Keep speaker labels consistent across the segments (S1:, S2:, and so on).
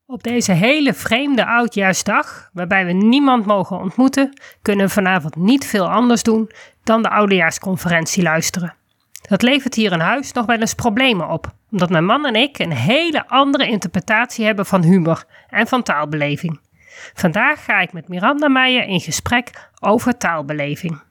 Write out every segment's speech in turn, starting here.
S1: Op deze hele vreemde oudjaarsdag, waarbij we niemand mogen ontmoeten, kunnen we vanavond niet veel anders doen dan de oudejaarsconferentie luisteren. Dat levert hier in huis nog wel eens problemen op, omdat mijn man en ik een hele andere interpretatie hebben van humor en van taalbeleving. Vandaag ga ik met Miranda Meijer in gesprek over taalbeleving.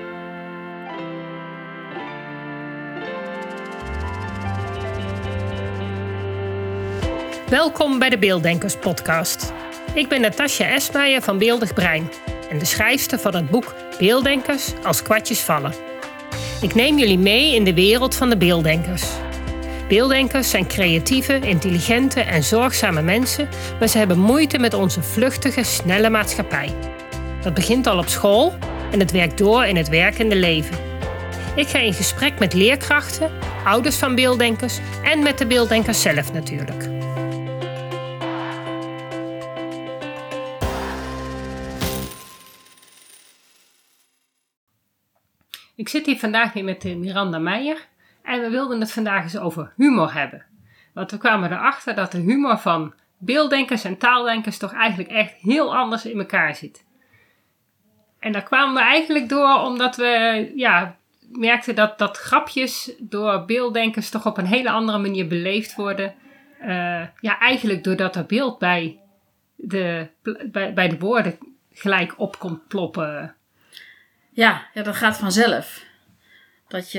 S1: Welkom bij de Beelddenkers podcast. Ik ben Natasja Esmeijer van Beeldig Brein en de schrijfster van het boek Beelddenkers als kwartjes vallen. Ik neem jullie mee in de wereld van de beelddenkers. Beelddenkers zijn creatieve, intelligente en zorgzame mensen, maar ze hebben moeite met onze vluchtige, snelle maatschappij. Dat begint al op school en het werkt door in het werkende leven. Ik ga in gesprek met leerkrachten, ouders van beelddenkers en met de beelddenkers zelf natuurlijk. Ik zit hier vandaag weer met Miranda Meijer en we wilden het vandaag eens over humor hebben. Want we kwamen erachter dat de humor van beelddenkers en taaldenkers toch eigenlijk echt heel anders in elkaar zit. En daar kwamen we eigenlijk door omdat we merkten dat grapjes door beelddenkers toch op een hele andere manier beleefd worden. Eigenlijk doordat er beeld bij de woorden gelijk op komt ploppen.
S2: Ja, dat gaat vanzelf. Dat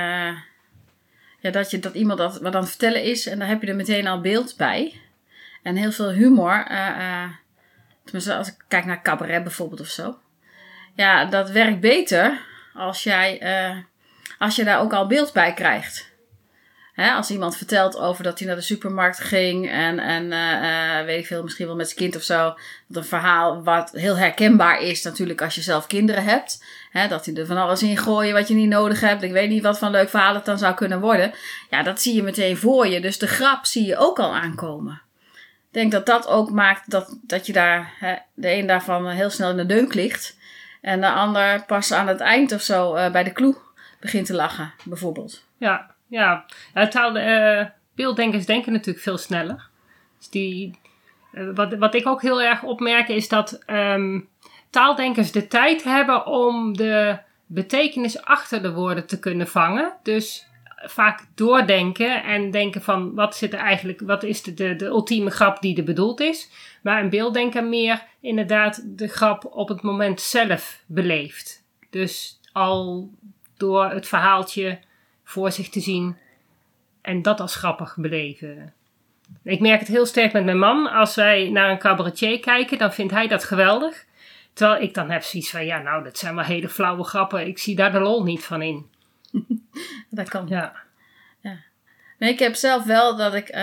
S2: iemand dat wat aan het vertellen is en daar heb je er meteen al beeld bij. En heel veel humor, tenminste als ik kijk naar cabaret bijvoorbeeld of zo. Ja, dat werkt beter als je daar ook al beeld bij krijgt. Hè, als iemand vertelt over dat hij naar de supermarkt ging en weet ik veel, misschien wel met zijn kind of zo. Dat een verhaal wat heel herkenbaar is natuurlijk als je zelf kinderen hebt. Hè, dat hij er van alles in gooien wat je niet nodig hebt. Ik weet niet wat voor een leuk verhaal het dan zou kunnen worden. Ja, dat zie je meteen voor je. Dus de grap zie je ook al aankomen. Ik denk dat dat ook maakt dat je daar, de een daarvan heel snel in de deuk ligt. En de ander pas aan het eind of zo bij de clue begint te lachen, bijvoorbeeld.
S1: Ja, beelddenkers denken natuurlijk veel sneller. Dus wat ik ook heel erg opmerk is dat taaldenkers de tijd hebben om de betekenis achter de woorden te kunnen vangen. Dus vaak doordenken en denken van wat is de ultieme grap die er bedoeld is. Maar een beelddenker meer inderdaad de grap op het moment zelf beleeft. Dus al door het verhaaltje voor zich te zien en dat als grappig beleven. Ik merk het heel sterk met mijn man. Als wij naar een cabaretier kijken, dan vindt hij dat geweldig. Terwijl ik dan heb zoiets van, dat zijn wel hele flauwe grappen. Ik zie daar de lol niet van in.
S2: Dat kan.
S1: Ja.
S2: Nee, ik heb zelf wel dat ik,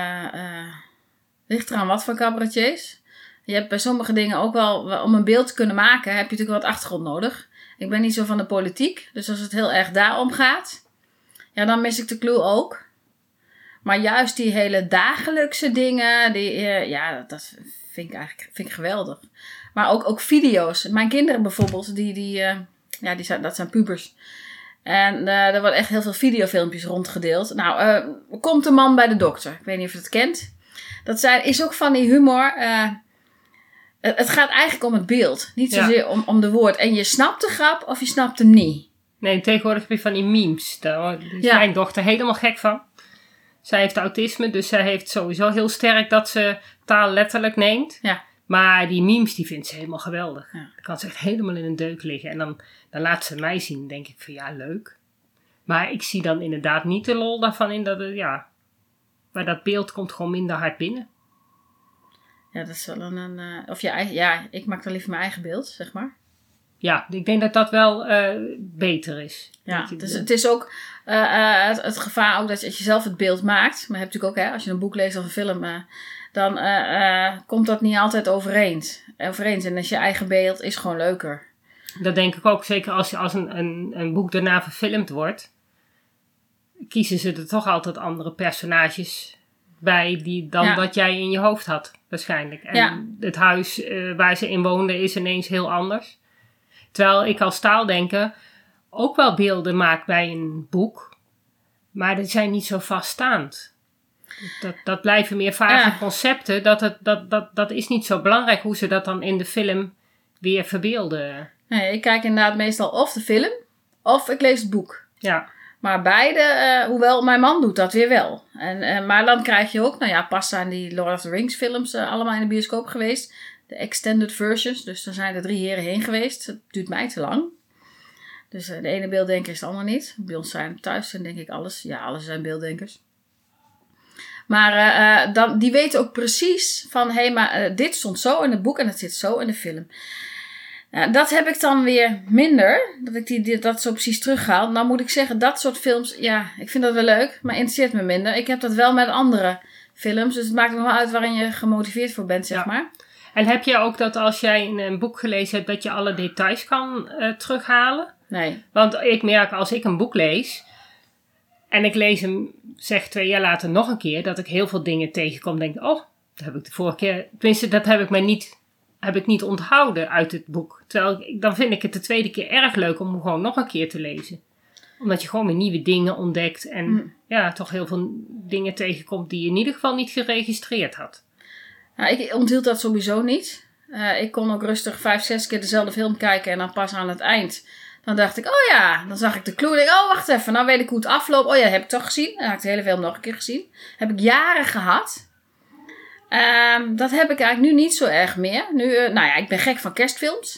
S2: ligt eraan wat voor cabaretiers. Je hebt bij sommige dingen ook wel, om een beeld te kunnen maken, heb je natuurlijk wat achtergrond nodig. Ik ben niet zo van de politiek, dus als het heel erg daarom gaat, ja, dan mis ik de clue ook. Maar juist die hele dagelijkse dingen, dat vind ik geweldig. Maar ook video's. Mijn kinderen bijvoorbeeld, dat zijn pubers. En er worden echt heel veel videofilmpjes rondgedeeld. Nou, komt een man bij de dokter. Ik weet niet of je het kent. Dat is ook van die humor. Het gaat eigenlijk om het beeld. Niet zozeer om de woord. En je snapt de grap of je snapt hem niet.
S1: Nee, tegenwoordig heb je van die memes. Daar is mijn dochter helemaal gek van. Zij heeft autisme, dus zij heeft sowieso heel sterk dat ze taal letterlijk neemt. Ja. Maar die memes, die vindt ze helemaal geweldig. Ja. Dan kan ze echt helemaal in een deuk liggen. En dan laat ze mij zien, denk ik van leuk. Maar ik zie dan inderdaad niet de lol daarvan in maar dat beeld komt gewoon minder hard binnen.
S2: Ja, dat is wel ik maak dan liever mijn eigen beeld, zeg maar.
S1: Ja, ik denk dat wel beter is.
S2: Ja, dus het is ook het gevaar ook dat je zelf het beeld maakt. Maar je hebt natuurlijk ook, als je een boek leest of een film, dan komt dat niet altijd overeens. En als je eigen beeld is gewoon leuker.
S1: Dat denk ik ook. Zeker als een boek daarna verfilmd wordt, kiezen ze er toch altijd andere personages bij dan wat jij in je hoofd had, waarschijnlijk. En het huis waar ze in woonden is ineens heel anders. Terwijl ik als taaldenker ook wel beelden maak bij een boek, maar die zijn niet zo vaststaand. Dat blijven meer vage concepten. Dat is niet zo belangrijk hoe ze dat dan in de film weer verbeelden.
S2: Nee, ik kijk inderdaad meestal of de film of ik lees het boek.
S1: Ja.
S2: Maar beide, hoewel mijn man doet dat weer wel. Maar dan krijg je ook, pas zijn die Lord of the Rings films allemaal in de bioscoop geweest. De extended versions, dus daar zijn er 3 heren heen geweest. Dat duurt mij te lang. Dus de ene beelddenker is de ander niet. Bij ons zijn thuis zijn denk ik alles. Ja, alles zijn beelddenkers. Maar die weten ook precies van, maar dit stond zo in het boek en het zit zo in de film. Dat heb ik dan weer minder, dat ik dat zo precies terughaal. Nou moet ik zeggen, dat soort films, ik vind dat wel leuk, maar interesseert me minder. Ik heb dat wel met andere films, dus het maakt nog wel uit waarin je gemotiveerd voor bent, zeg maar.
S1: En heb je ook dat als jij een boek gelezen hebt, dat je alle details kan terughalen?
S2: Nee.
S1: Want ik merk, als ik een boek lees en ik lees hem, zeg 2 jaar later nog een keer, dat ik heel veel dingen tegenkom. Denk, dat heb ik de vorige keer, tenminste dat heb ik niet onthouden uit het boek. Terwijl dan vind ik het de tweede keer erg leuk om hem gewoon nog een keer te lezen. Omdat je gewoon weer nieuwe dingen ontdekt en toch heel veel dingen tegenkomt die je in ieder geval niet geregistreerd had.
S2: Nou, ik onthield dat sowieso niet. Ik kon ook rustig 5, 6 keer dezelfde film kijken en dan pas aan het eind. Dan dacht ik, dan zag ik de clue. En wacht even, nou weet ik hoe het afloopt. Dat heb ik toch gezien. Dan heb ik de hele film nog een keer gezien. Heb ik jaren gehad. Dat heb ik eigenlijk nu niet zo erg meer. Nu, ik ben gek van kerstfilms.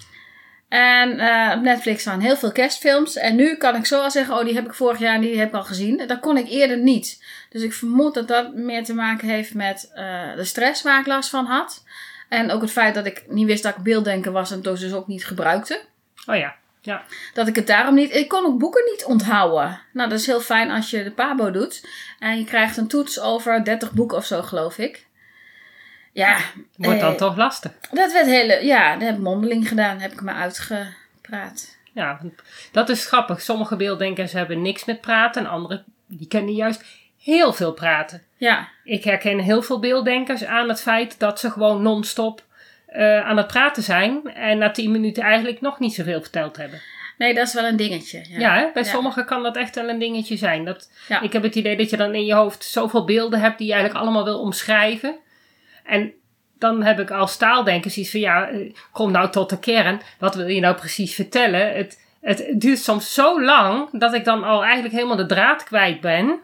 S2: En op Netflix staan heel veel kerstfilms. En nu kan ik zo al zeggen, die heb ik vorig jaar en die heb ik al gezien. Dat kon ik eerder niet. Dus ik vermoed dat dat meer te maken heeft met de stress waar ik last van had. En ook het feit dat ik niet wist dat ik beelddenker was en het dus ook niet gebruikte.
S1: Oh ja.
S2: Dat ik het daarom niet... Ik kon ook boeken niet onthouden. Nou, dat is heel fijn als je de PABO doet. En je krijgt een toets over 30 boeken of zo, geloof ik. Ja.
S1: Wordt dan toch lastig.
S2: Dat werd dat heb ik mondeling gedaan. Heb ik me uitgepraat.
S1: Ja, dat is grappig. Sommige beelddenkers hebben niks met praten. En anderen, die kennen juist heel veel praten.
S2: Ja.
S1: Ik herken heel veel beelddenkers aan het feit dat ze gewoon non-stop aan het praten zijn. En na 10 minuten eigenlijk nog niet zoveel verteld hebben.
S2: Nee, dat is wel een dingetje.
S1: Ja, bij sommigen kan dat echt wel een dingetje zijn. Ik heb het idee dat je dan in je hoofd zoveel beelden hebt die je eigenlijk allemaal wil omschrijven. En dan heb ik als taaldenker zoiets van, kom nou tot de kern. Wat wil je nou precies vertellen? Het duurt soms zo lang dat ik dan al eigenlijk helemaal de draad kwijt ben.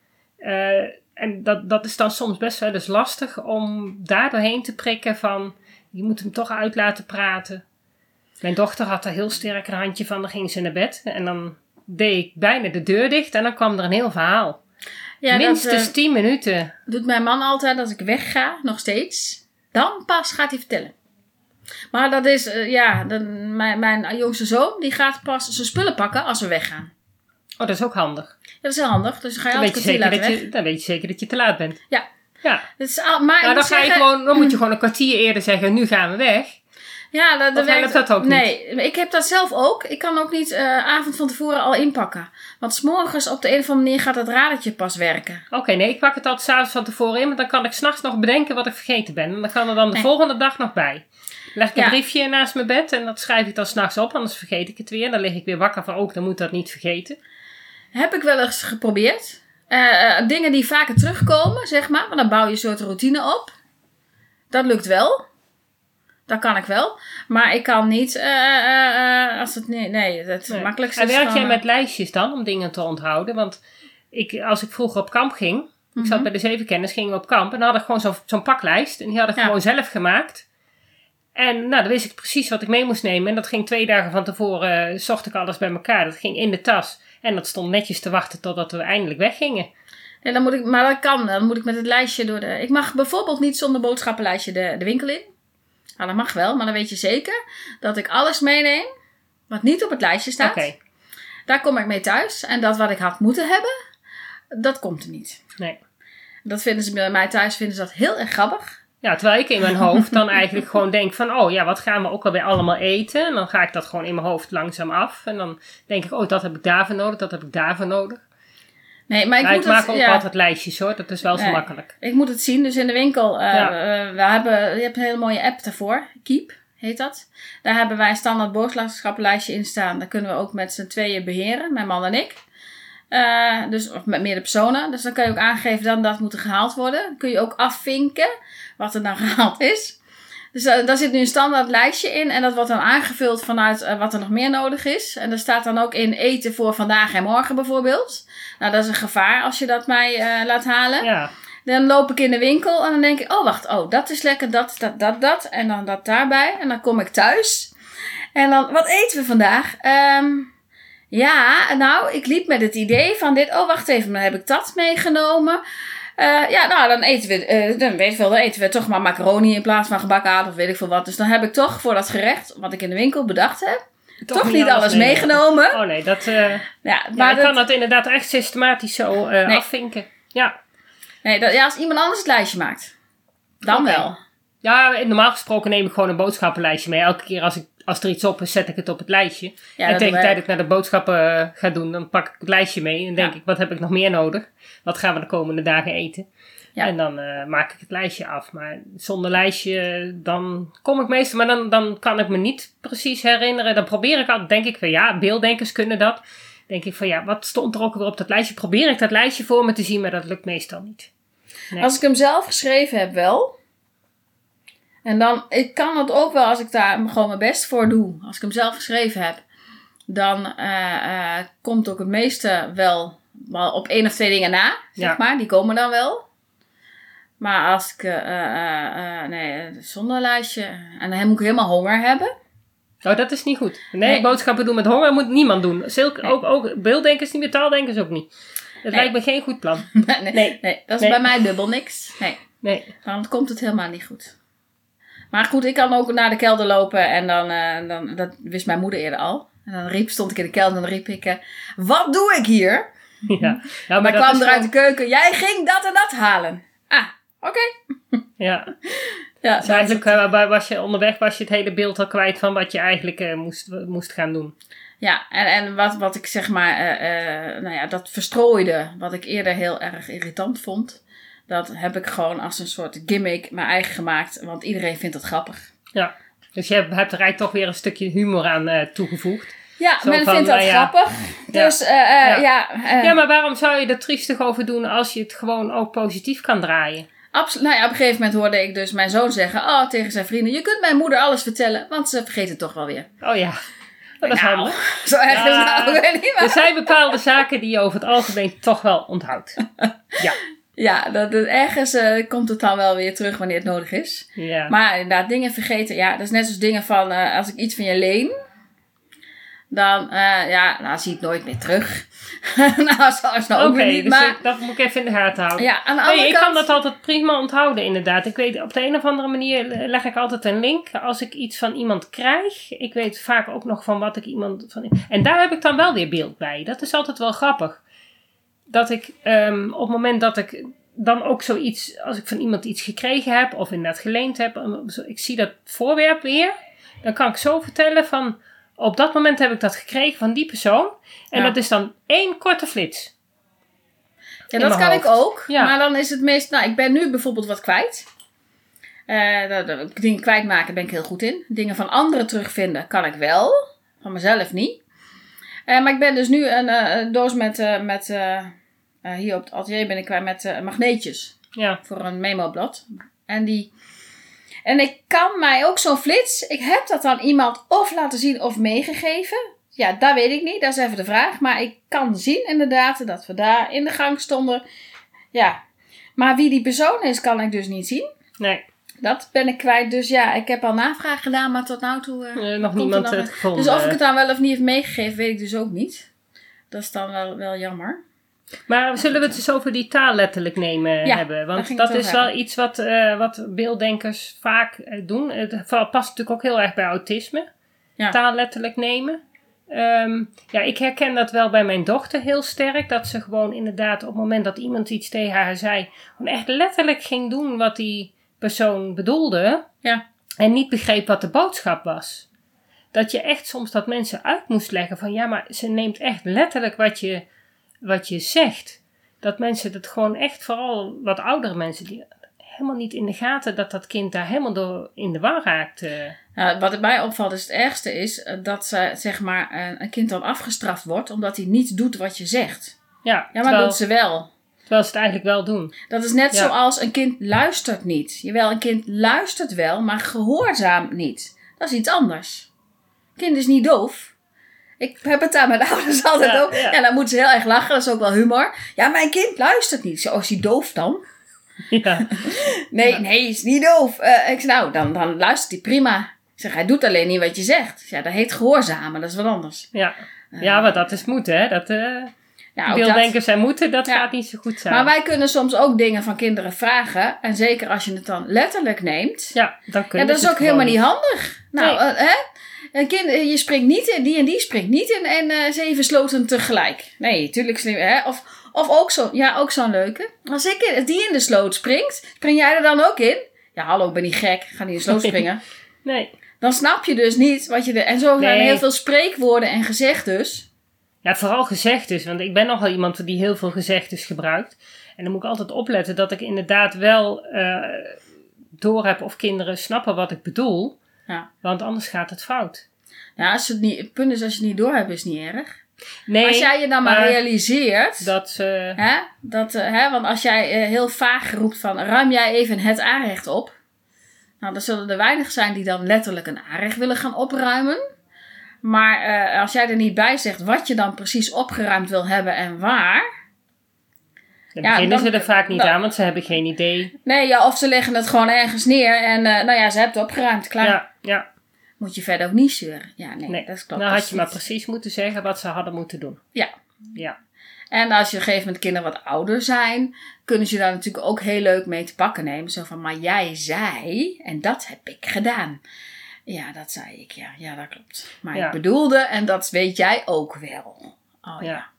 S1: En dat is dan soms best wel eens lastig om daar doorheen te prikken van, je moet hem toch uit laten praten. Mijn dochter had er heel sterk een handje van, dan ging ze naar bed. En dan deed ik bijna de deur dicht en dan kwam er een heel verhaal. Ja, minstens 10 minuten.
S2: Doet mijn man altijd als ik wegga, nog steeds. Dan pas gaat hij vertellen. Maar dat is, mijn jongste zoon, die gaat pas zijn spullen pakken als we weggaan.
S1: Oh, dat is ook handig.
S2: Ja, dat is heel handig. Dus dan ga je altijd kwartier laten weg.
S1: Dan weet je zeker dat je te laat bent.
S2: Ja.
S1: Dat is dan moet je gewoon een kwartier eerder zeggen, nu gaan we weg.
S2: Ja, dat
S1: helpt dat ook niet?
S2: Nee, ik heb dat zelf ook. Ik kan ook niet avond van tevoren al inpakken. Want 's morgens op de een of andere manier gaat dat radertje pas werken.
S1: Oké, nee, ik pak het altijd 's avonds van tevoren in. Want dan kan ik 's nachts nog bedenken wat ik vergeten ben. En dan kan er dan de volgende dag nog bij. Leg ik een briefje naast mijn bed en dat schrijf ik dan 's nachts op. Anders vergeet ik het weer. Dan lig ik weer wakker van, dan moet dat niet vergeten.
S2: Heb ik wel eens geprobeerd. Dingen die vaker terugkomen, zeg maar. Want dan bouw je een soort routine op. Dat lukt wel. Dat kan ik wel. Maar ik kan niet als het... Nee, het makkelijkste
S1: is. En werk
S2: jij
S1: met lijstjes dan om dingen te onthouden? Want als ik vroeger op kamp ging... Ik zat bij de Zevenkennis, gingen we op kamp. En dan had ik gewoon zo'n paklijst. En die had ik gewoon zelf gemaakt. En dan wist ik precies wat ik mee moest nemen. En dat ging 2 dagen van tevoren, zocht ik alles bij elkaar. Dat ging in de tas. En dat stond netjes te wachten totdat we eindelijk weggingen.
S2: Ja, maar dat kan. Dan moet ik met het lijstje door de... Ik mag bijvoorbeeld niet zonder boodschappenlijstje de winkel in. Nou, dat mag wel, maar dan weet je zeker dat ik alles meeneem wat niet op het lijstje staat.
S1: Okay.
S2: Daar kom ik mee thuis. En dat wat ik had moeten hebben, dat komt er niet.
S1: Nee.
S2: Dat vinden ze bij mij thuis dat heel erg grappig.
S1: Ja, terwijl ik in mijn hoofd dan eigenlijk gewoon denk van, wat gaan we ook alweer allemaal eten? En dan ga ik dat gewoon in mijn hoofd langzaam af. En dan denk ik, dat heb ik daarvoor nodig, dat heb ik daarvoor nodig.
S2: Nee, maar
S1: ik maak ook altijd lijstjes hoor, dat is wel zo makkelijk.
S2: Ik moet het zien, dus in de winkel, je hebt een hele mooie app daarvoor, Keep heet dat. Daar hebben wij een standaard boodschappenlijstje in staan. Daar kunnen we ook met z'n tweeën beheren, mijn man en ik. Dus of met meerdere personen. Dus dan kan je ook aangeven dan dat moet er gehaald worden. Dan kun je ook afvinken wat er dan gehaald is. Dus daar zit nu een standaard lijstje in. En dat wordt dan aangevuld vanuit wat er nog meer nodig is. En daar staat dan ook in eten voor vandaag en morgen bijvoorbeeld. Nou, dat is een gevaar als je dat mij laat halen.
S1: Ja.
S2: Dan loop ik in de winkel en dan denk ik, wacht, dat is lekker, dat. En dan dat daarbij. En dan kom ik thuis. En dan, wat eten we vandaag? Ja, nou, ik liep met het idee van dit. Wacht even, dan heb ik dat meegenomen. Dan eten we, dan eten we toch maar macaroni in plaats van gebakken aardappelen of weet ik veel wat. Dus dan heb ik toch voor dat gerecht, wat ik in de winkel bedacht heb, toch niet alles meegenomen.
S1: Oh nee, dat...
S2: maar
S1: ik kan dat inderdaad echt systematisch zo afvinken. Ja.
S2: Nee, als iemand anders het lijstje maakt, dan wel.
S1: Ja, normaal gesproken neem ik gewoon een boodschappenlijstje mee. Elke keer als er iets op is, zet ik het op het lijstje. Ja, en tegen de tijd dat ik naar de boodschappen ga doen, dan pak ik het lijstje mee. En denk ik, wat heb ik nog meer nodig? Wat gaan we de komende dagen eten? Ja. En dan maak ik het lijstje af. Maar zonder lijstje, dan kom ik meestal... Maar dan kan ik me niet precies herinneren. Dan probeer ik altijd, denk ik van beelddenkers kunnen dat. Denk ik van wat stond er ook weer op dat lijstje? Probeer ik dat lijstje voor me te zien, maar dat lukt meestal niet. Nee.
S2: Als ik hem zelf geschreven heb wel... En dan, ik kan het ook wel als ik daar gewoon mijn best voor doe. Als ik hem zelf geschreven heb. Dan komt ook het meeste wel op 1 of 2 dingen na. Zeg maar. Die komen dan wel. Maar als ik... zonder lijstje. En dan moet ik helemaal honger hebben.
S1: Oh, dat is niet goed. Nee, boodschappen doen met honger moet niemand doen. Ook beelddenkers niet meer, taaldenkers ook niet. Dat lijkt me geen goed plan.
S2: Nee, dat is bij mij dubbel niks. Nee. Dan komt het helemaal niet goed. Maar goed, ik kan ook naar de kelder lopen en dan dat wist mijn moeder eerder al. En dan stond ik in de kelder en dan riep ik, wat doe ik hier?
S1: Ja.
S2: Maar kwam er uit de keuken, jij ging dat en dat halen. Oké.
S1: Ja. Dus eigenlijk onderweg was je het hele beeld al kwijt van wat je eigenlijk moest gaan doen.
S2: Ja, en wat ik zeg maar, dat verstrooide, wat ik eerder heel erg irritant vond... Dat heb ik gewoon als een soort gimmick mijn eigen gemaakt. Want iedereen vindt het grappig. Ja,
S1: dus je hebt er eigenlijk toch weer een stukje humor aan toegevoegd.
S2: Ja, men vindt dat grappig. Dus
S1: ja, maar waarom zou je er triestig over doen als je het gewoon ook positief kan draaien?
S2: Absoluut. Nou ja, op een gegeven moment hoorde ik dus mijn zoon zeggen tegen zijn vrienden. Je kunt mijn moeder alles vertellen, want ze vergeet het toch wel weer.
S1: Oh ja. Dat is handig.
S2: Zo erg is het nou weer niet.
S1: Er zijn bepaalde zaken die je over het algemeen toch wel onthoudt. Ja.
S2: Ja, ergens komt het dan wel weer terug wanneer het nodig is.
S1: Ja.
S2: Maar inderdaad, dingen vergeten. Ja, dat is net zoals dingen van... als ik iets van je leen... Dan zie ik het nooit meer terug. Zoals nou ook weer niet.
S1: Dus
S2: maar
S1: dat moet ik even in de gaten houden.
S2: Ja, aan de andere kant...
S1: Ik kan dat altijd prima onthouden inderdaad. Ik weet, op de een of andere manier leg ik altijd een link. Als ik iets van iemand krijg. Ik weet vaak ook nog van wat ik iemand... En daar heb ik dan wel weer beeld bij. Dat is altijd wel grappig. Dat ik op het moment dat ik dan ook zoiets, als ik van iemand iets gekregen heb of inderdaad geleend heb, ik zie dat voorwerp weer, dan kan ik zo vertellen van, op dat moment heb ik dat gekregen van die persoon en dat is dan 1 korte flits.
S2: Ja, dat kan ik ook, maar dan is het meest, ik ben nu bijvoorbeeld wat kwijt. Dingen kwijtmaken ben ik heel goed in. Dingen van anderen terugvinden kan ik wel, van mezelf niet. Maar ik ben dus nu een doos met hier op het atelier ben ik kwijt met magneetjes. Ja. Voor een memoblad. En ik kan mij ook zo'n flits. Ik heb dat aan iemand of laten zien of meegegeven. Ja, dat weet ik niet. Dat is even de vraag. Maar ik kan zien inderdaad dat we daar in de gang stonden. Ja. Maar wie die persoon is, kan ik dus niet zien. Nee. Dat ben ik kwijt. Dus ja, ik heb al navraag gedaan, maar tot nu toe...
S1: nog niemand het gevonden.
S2: Dus of ik het dan wel of niet heb meegegeven, weet ik dus ook niet. Dat is dan wel jammer.
S1: Maar zullen we het eens over die taal letterlijk nemen hebben? Want dat is wel iets wat beelddenkers vaak doen. Het past natuurlijk ook heel erg bij autisme. Ja. Taal letterlijk nemen. Ik herken dat wel bij mijn dochter heel sterk. Dat ze gewoon inderdaad op het moment dat iemand iets tegen haar zei... gewoon echt letterlijk ging doen wat die persoon bedoelde. Ja. En niet begreep wat de boodschap was. Dat je echt soms dat mensen uit moest leggen van... ja, maar ze neemt echt letterlijk wat je zegt. Dat mensen dat gewoon echt, vooral wat oudere mensen... die helemaal niet in de gaten dat kind daar helemaal door in de war raakt.
S2: Wat mij opvalt is het ergste is... dat zeg maar, een kind dan afgestraft wordt... omdat hij niet doet wat je zegt.
S1: Ja,
S2: Ja, maar doet ze wel.
S1: Terwijl ze het eigenlijk wel doen.
S2: Dat is net
S1: Ja.
S2: zoals een kind luistert niet. Jawel, een kind luistert wel, maar gehoorzaamt niet. Dat is iets anders. Een kind is niet doof. Ik heb het daar met de ouders altijd
S1: Ja,
S2: over.
S1: ja.
S2: Ja, dan moeten ze heel erg lachen. Dat is ook wel humor. Ja, mijn kind luistert niet. Zo, is hij doof dan?
S1: Ja.
S2: Nee, hij is niet doof. Ik zeg, nou, dan luistert hij prima. Ik zeg, hij doet alleen niet wat je zegt. Ja, dat heet gehoorzamen. Dat is wat anders.
S1: Ja. Ja, maar dat is moeten, hè. Dat
S2: Ja, ook
S1: beelddenkers en moeten, dat
S2: Ja.
S1: gaat niet zo goed samen.
S2: Maar wij kunnen soms ook dingen van kinderen vragen. En zeker als je het dan letterlijk neemt.
S1: Ja, dan
S2: Ja,
S1: kunnen
S2: dat
S1: ze
S2: is
S1: het
S2: ook helemaal
S1: gewoon
S2: niet handig. Nou, hè? Een kind, je springt niet in, die en die springt niet in en 7 sloten tegelijk. Nee, tuurlijk slim. Hè? Of ook zo, ja, ook zo'n leuke. Als die in de sloot springt, spring jij er dan ook in? Ja, hallo, ik ben niet gek. Ga niet in de sloot springen.
S1: Nee.
S2: Dan snap je dus niet wat je En zo zijn er
S1: Nee.
S2: heel veel spreekwoorden en gezegdes.
S1: Ja, vooral gezegdes. Want ik ben nogal iemand die heel veel gezegdes gebruikt. En dan moet ik altijd opletten dat ik inderdaad wel doorheb of kinderen snappen wat ik bedoel.
S2: Ja.
S1: Want anders gaat het fout.
S2: Ja, het punt is, als je het niet doorhebt, is het niet erg.
S1: Nee,
S2: Als jij je dan maar realiseert...
S1: dat ze...
S2: Want als jij heel vaag roept van... ruim jij even het aanrecht op... Nou, dan zullen er weinig zijn die dan letterlijk een aanrecht willen gaan opruimen. Maar als jij er niet bij zegt wat je dan precies opgeruimd wil hebben en waar...
S1: Dan
S2: Ja,
S1: beginnen
S2: dan-
S1: ze er vaak niet
S2: dan-
S1: aan, want ze hebben geen idee.
S2: Nee, ja, of ze leggen het gewoon ergens neer en ze hebben het opgeruimd, klaar.
S1: Ja.
S2: Moet je verder ook niet zeuren. Ja, nee, dat klopt.
S1: Dan
S2: dat
S1: had
S2: is
S1: je maar
S2: niet-
S1: precies moeten zeggen wat ze hadden moeten doen.
S2: Ja.
S1: Ja.
S2: En als je op een gegeven moment kinderen wat ouder zijn, kunnen ze je daar natuurlijk ook heel leuk mee te pakken nemen. Zo van, maar jij zei, en dat heb ik gedaan. Ja, dat zei ik, ja. Ja, dat klopt. Maar
S1: Ja.
S2: ik bedoelde, en dat weet jij ook wel. Oh ja.
S1: Ja.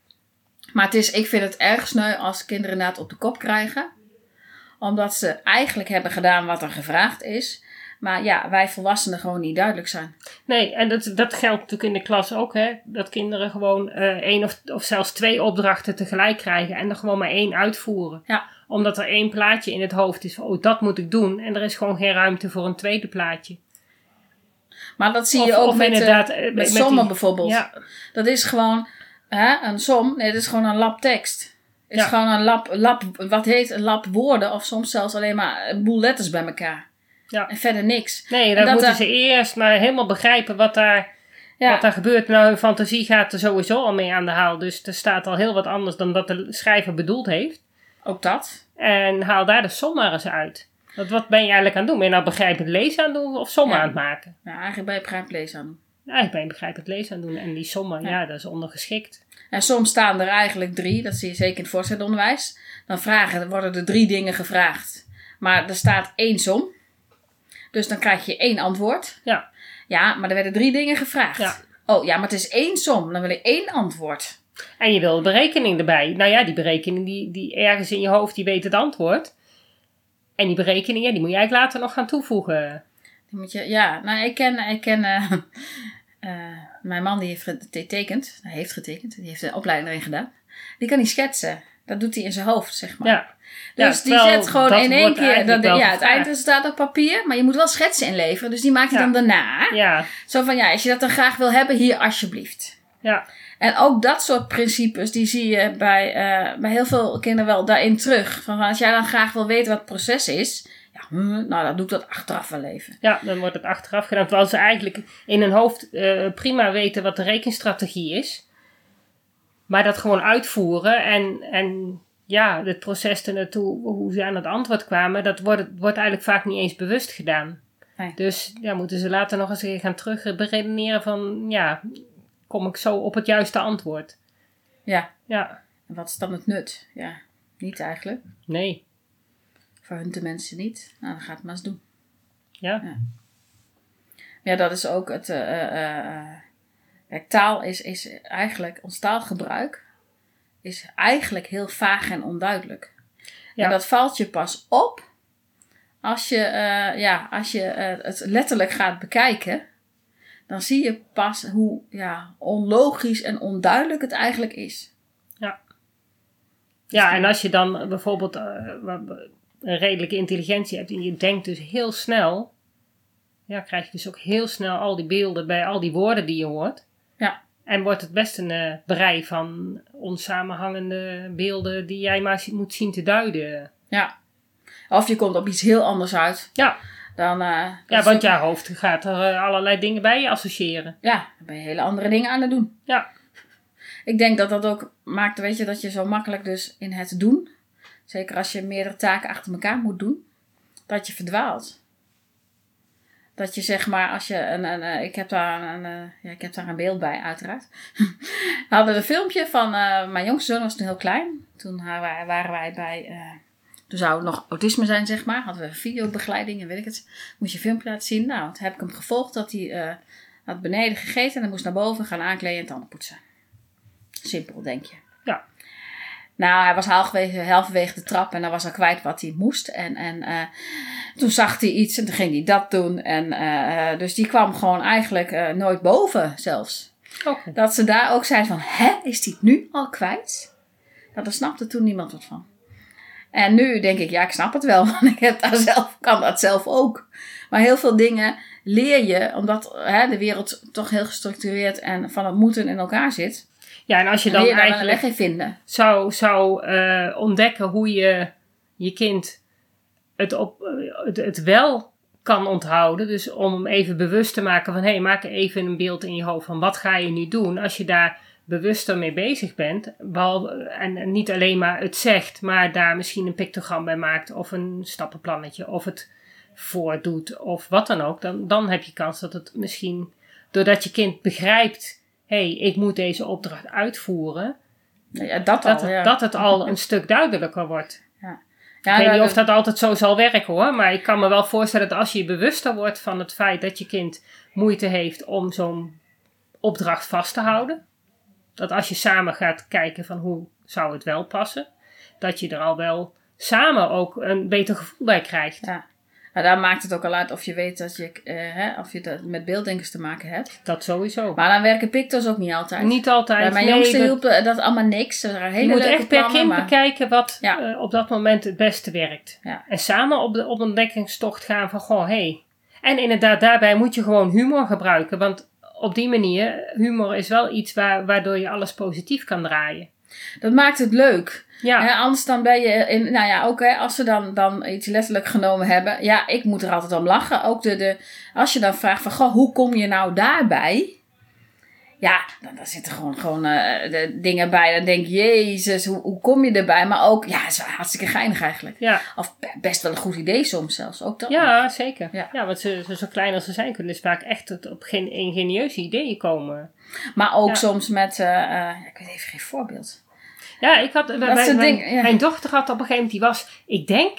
S2: Maar ik vind het erg sneu als kinderen inderdaad op de kop krijgen. Omdat ze eigenlijk hebben gedaan wat er gevraagd is. Maar ja, wij volwassenen gewoon niet duidelijk zijn.
S1: Nee, en dat geldt natuurlijk in de klas ook, hè. Dat kinderen gewoon 1 of zelfs 2 opdrachten tegelijk krijgen en er gewoon maar 1 uitvoeren.
S2: Ja.
S1: Omdat er 1 plaatje in het hoofd is van, oh, dat moet ik doen. En er is gewoon geen ruimte voor een tweede plaatje.
S2: Maar dat zie je ook met sommen bijvoorbeeld.
S1: Ja,
S2: Dat is gewoon een som. Nee, dat is gewoon een lap tekst. Het is
S1: Ja.
S2: gewoon een lap woorden. Of soms zelfs alleen maar een boel letters bij elkaar.
S1: Ja.
S2: En verder niks.
S1: nee,
S2: En
S1: dan
S2: dat
S1: moeten
S2: er-
S1: ze eerst maar helemaal begrijpen wat daar gebeurt. Nou, hun fantasie gaat er sowieso al mee aan de haal. Dus er staat al heel wat anders dan dat de schrijver bedoeld heeft.
S2: Ook dat.
S1: En haal daar de som maar eens uit. Wat ben je eigenlijk aan het doen? Ben je nou begrijpend lezen aan het doen of sommen
S2: Ja.
S1: aan het maken?
S2: Ja, eigenlijk ben je begrijpelijk lezen aan doen.
S1: Eigenlijk ben je begrijpend lezen aan het doen. En die sommen,
S2: Ja.
S1: dat is ondergeschikt.
S2: En soms staan er eigenlijk 3. Dat zie je zeker in het voortgezet onderwijs. Dan worden er 3 dingen gevraagd. Maar er staat 1 som. Dus dan krijg je 1 antwoord.
S1: Ja.
S2: Ja, maar er werden 3 dingen gevraagd.
S1: Ja.
S2: Oh ja, maar het is 1 som. Dan wil ik 1 antwoord.
S1: En je wil een berekening erbij. Nou ja, die berekening die ergens in je hoofd, die weet het antwoord. En die berekening, die moet je eigenlijk later nog gaan toevoegen.
S2: Die moet je, ik ken mijn man die heeft getekend. Hij heeft getekend. Die heeft de opleiding erin gedaan. Die kan niet schetsen. Dat doet hij in zijn hoofd, zeg maar.
S1: Ja.
S2: Dus
S1: Ja,
S2: die
S1: terwijl
S2: zet gewoon
S1: dat
S2: in één
S1: wordt
S2: keer
S1: eigenlijk wel
S2: het
S1: gevraagd.
S2: eindresultaat op papier. Maar je moet wel schetsen inleveren. Dus die maak je
S1: Ja.
S2: dan daarna.
S1: Ja,
S2: Zo van, als je dat dan graag wil hebben, hier alsjeblieft.
S1: ja.
S2: En ook dat soort principes, die zie je bij heel veel kinderen wel daarin terug. Van als jij dan graag wil weten wat het proces is. Ja, nou, dan doe ik dat achteraf wel even.
S1: Ja, dan wordt het achteraf gedaan. Terwijl ze eigenlijk in hun hoofd prima weten wat de rekenstrategie is. Maar dat gewoon uitvoeren en het proces ernaartoe, hoe ze aan het antwoord kwamen, dat wordt eigenlijk vaak niet eens bewust gedaan.
S2: Nee.
S1: Dus moeten ze later nog eens een keer gaan terug beredeneren van, kom ik zo op het juiste antwoord?
S2: Ja.
S1: Ja,
S2: En wat is dan het nut? Ja, niet eigenlijk.
S1: nee.
S2: Voor hun de mensen niet. Nou, dan ga het maar eens doen.
S1: Ja,
S2: Ja, dat is ook het... taal is eigenlijk... Ons taalgebruik is eigenlijk heel vaag en onduidelijk.
S1: Ja.
S2: En dat valt je pas op als je, het letterlijk gaat bekijken. Dan zie je pas hoe onlogisch en onduidelijk het eigenlijk is.
S1: ja, en als je dan bijvoorbeeld een redelijke intelligentie hebt en je denkt dus heel snel, krijg je dus ook heel snel al die beelden bij al die woorden die je hoort.
S2: Ja.
S1: En wordt het best een brei van onsamenhangende beelden die jij maar moet zien te duiden.
S2: Ja. Of je komt op iets heel anders uit.
S1: Ja.
S2: Dan,
S1: Want jouw hoofd gaat er allerlei dingen bij je associëren.
S2: Ja, dan ben je hele andere dingen aan het doen.
S1: Ja.
S2: Ik denk dat dat ook maakt, weet je, dat je zo makkelijk dus in het doen, zeker als je meerdere taken achter elkaar moet doen, dat je verdwaalt. Dat je zeg maar, als je ik heb daar een beeld bij uiteraard. We hadden een filmpje van, mijn jongste zoon was toen heel klein. Toen waren wij bij, toen zou het nog autisme zijn zeg maar. Hadden we videobegeleiding en weet ik het. Moest je een filmpje laten zien. Nou, toen heb ik hem gevolgd dat hij had beneden gegeten en hij moest naar boven gaan aankleden en tanden poetsen. Simpel, denk je.
S1: Ja.
S2: Nou, hij was halverwege de trap en dan was hij kwijt wat hij moest. En toen zag hij iets en toen ging hij dat doen. En dus die kwam gewoon eigenlijk nooit boven zelfs.
S1: Okay.
S2: Dat ze daar ook zeiden van, is hij het nu al kwijt? Nou, daar snapte toen niemand wat van. En nu denk ik, ja, ik snap het wel. Want ik kan dat zelf ook. Maar heel veel dingen leer je, omdat de wereld toch heel gestructureerd en van het moeten in elkaar zit.
S1: Ja, en als je dan eigenlijk
S2: een weg in vinden.
S1: zou ontdekken hoe je kind het wel kan onthouden. Dus om hem even bewust te maken van, maak even een beeld in je hoofd van wat ga je nu doen. Als je daar bewuster mee bezig bent. En niet alleen maar het zegt, maar daar misschien een pictogram bij maakt. Of een stappenplannetje. Of het voordoet. Of wat dan ook. Dan heb je kans dat het misschien, doordat je kind begrijpt, ik moet deze opdracht uitvoeren.
S2: Ja,
S1: dat het al een stuk duidelijker wordt.
S2: Ja.
S1: Ja, ik weet niet of dat altijd zo zal werken hoor. Maar ik kan me wel voorstellen dat als je bewuster wordt van het feit dat je kind moeite heeft om zo'n opdracht vast te houden. Dat als je samen gaat kijken van hoe zou het wel passen. Dat je er al wel samen ook een beter gevoel bij krijgt.
S2: Ja. Nou, daar maakt het ook al uit of je weet dat of je dat met beelddenkers te maken hebt.
S1: Dat sowieso.
S2: Maar dan werken picto's ook niet altijd.
S1: Niet altijd.
S2: Bij mijn jongste hielp dat allemaal niks. Dat waren hele
S1: je moet
S2: leuke
S1: echt per
S2: plannen,
S1: kind bekijken wat op dat moment het beste werkt.
S2: Ja.
S1: En samen op een ontdekkingstocht gaan van En inderdaad, daarbij moet je gewoon humor gebruiken. Want op die manier, humor is wel iets waardoor je alles positief kan draaien.
S2: Dat maakt het leuk.
S1: Ja.
S2: Anders dan ben je ook als ze dan iets letterlijk genomen hebben. Ja, ik moet er altijd om lachen. Ook als je dan vraagt van, hoe kom je nou daarbij? Ja, dan zitten gewoon de dingen bij. Dan denk je, jezus, hoe kom je erbij? Maar ook, ja, het is wel hartstikke geinig eigenlijk.
S1: Ja.
S2: Of best wel een goed idee soms zelfs. Ook dat.
S1: Ja, zeker.
S2: Ja.
S1: Ja, want zo klein als ze zijn kunnen dus vaak echt op geen ingenieuze ideeën komen.
S2: Maar ook soms met, ik weet even geen voorbeeld.
S1: Ja, ik had, mijn dochter had op een gegeven moment, die was, ik denk,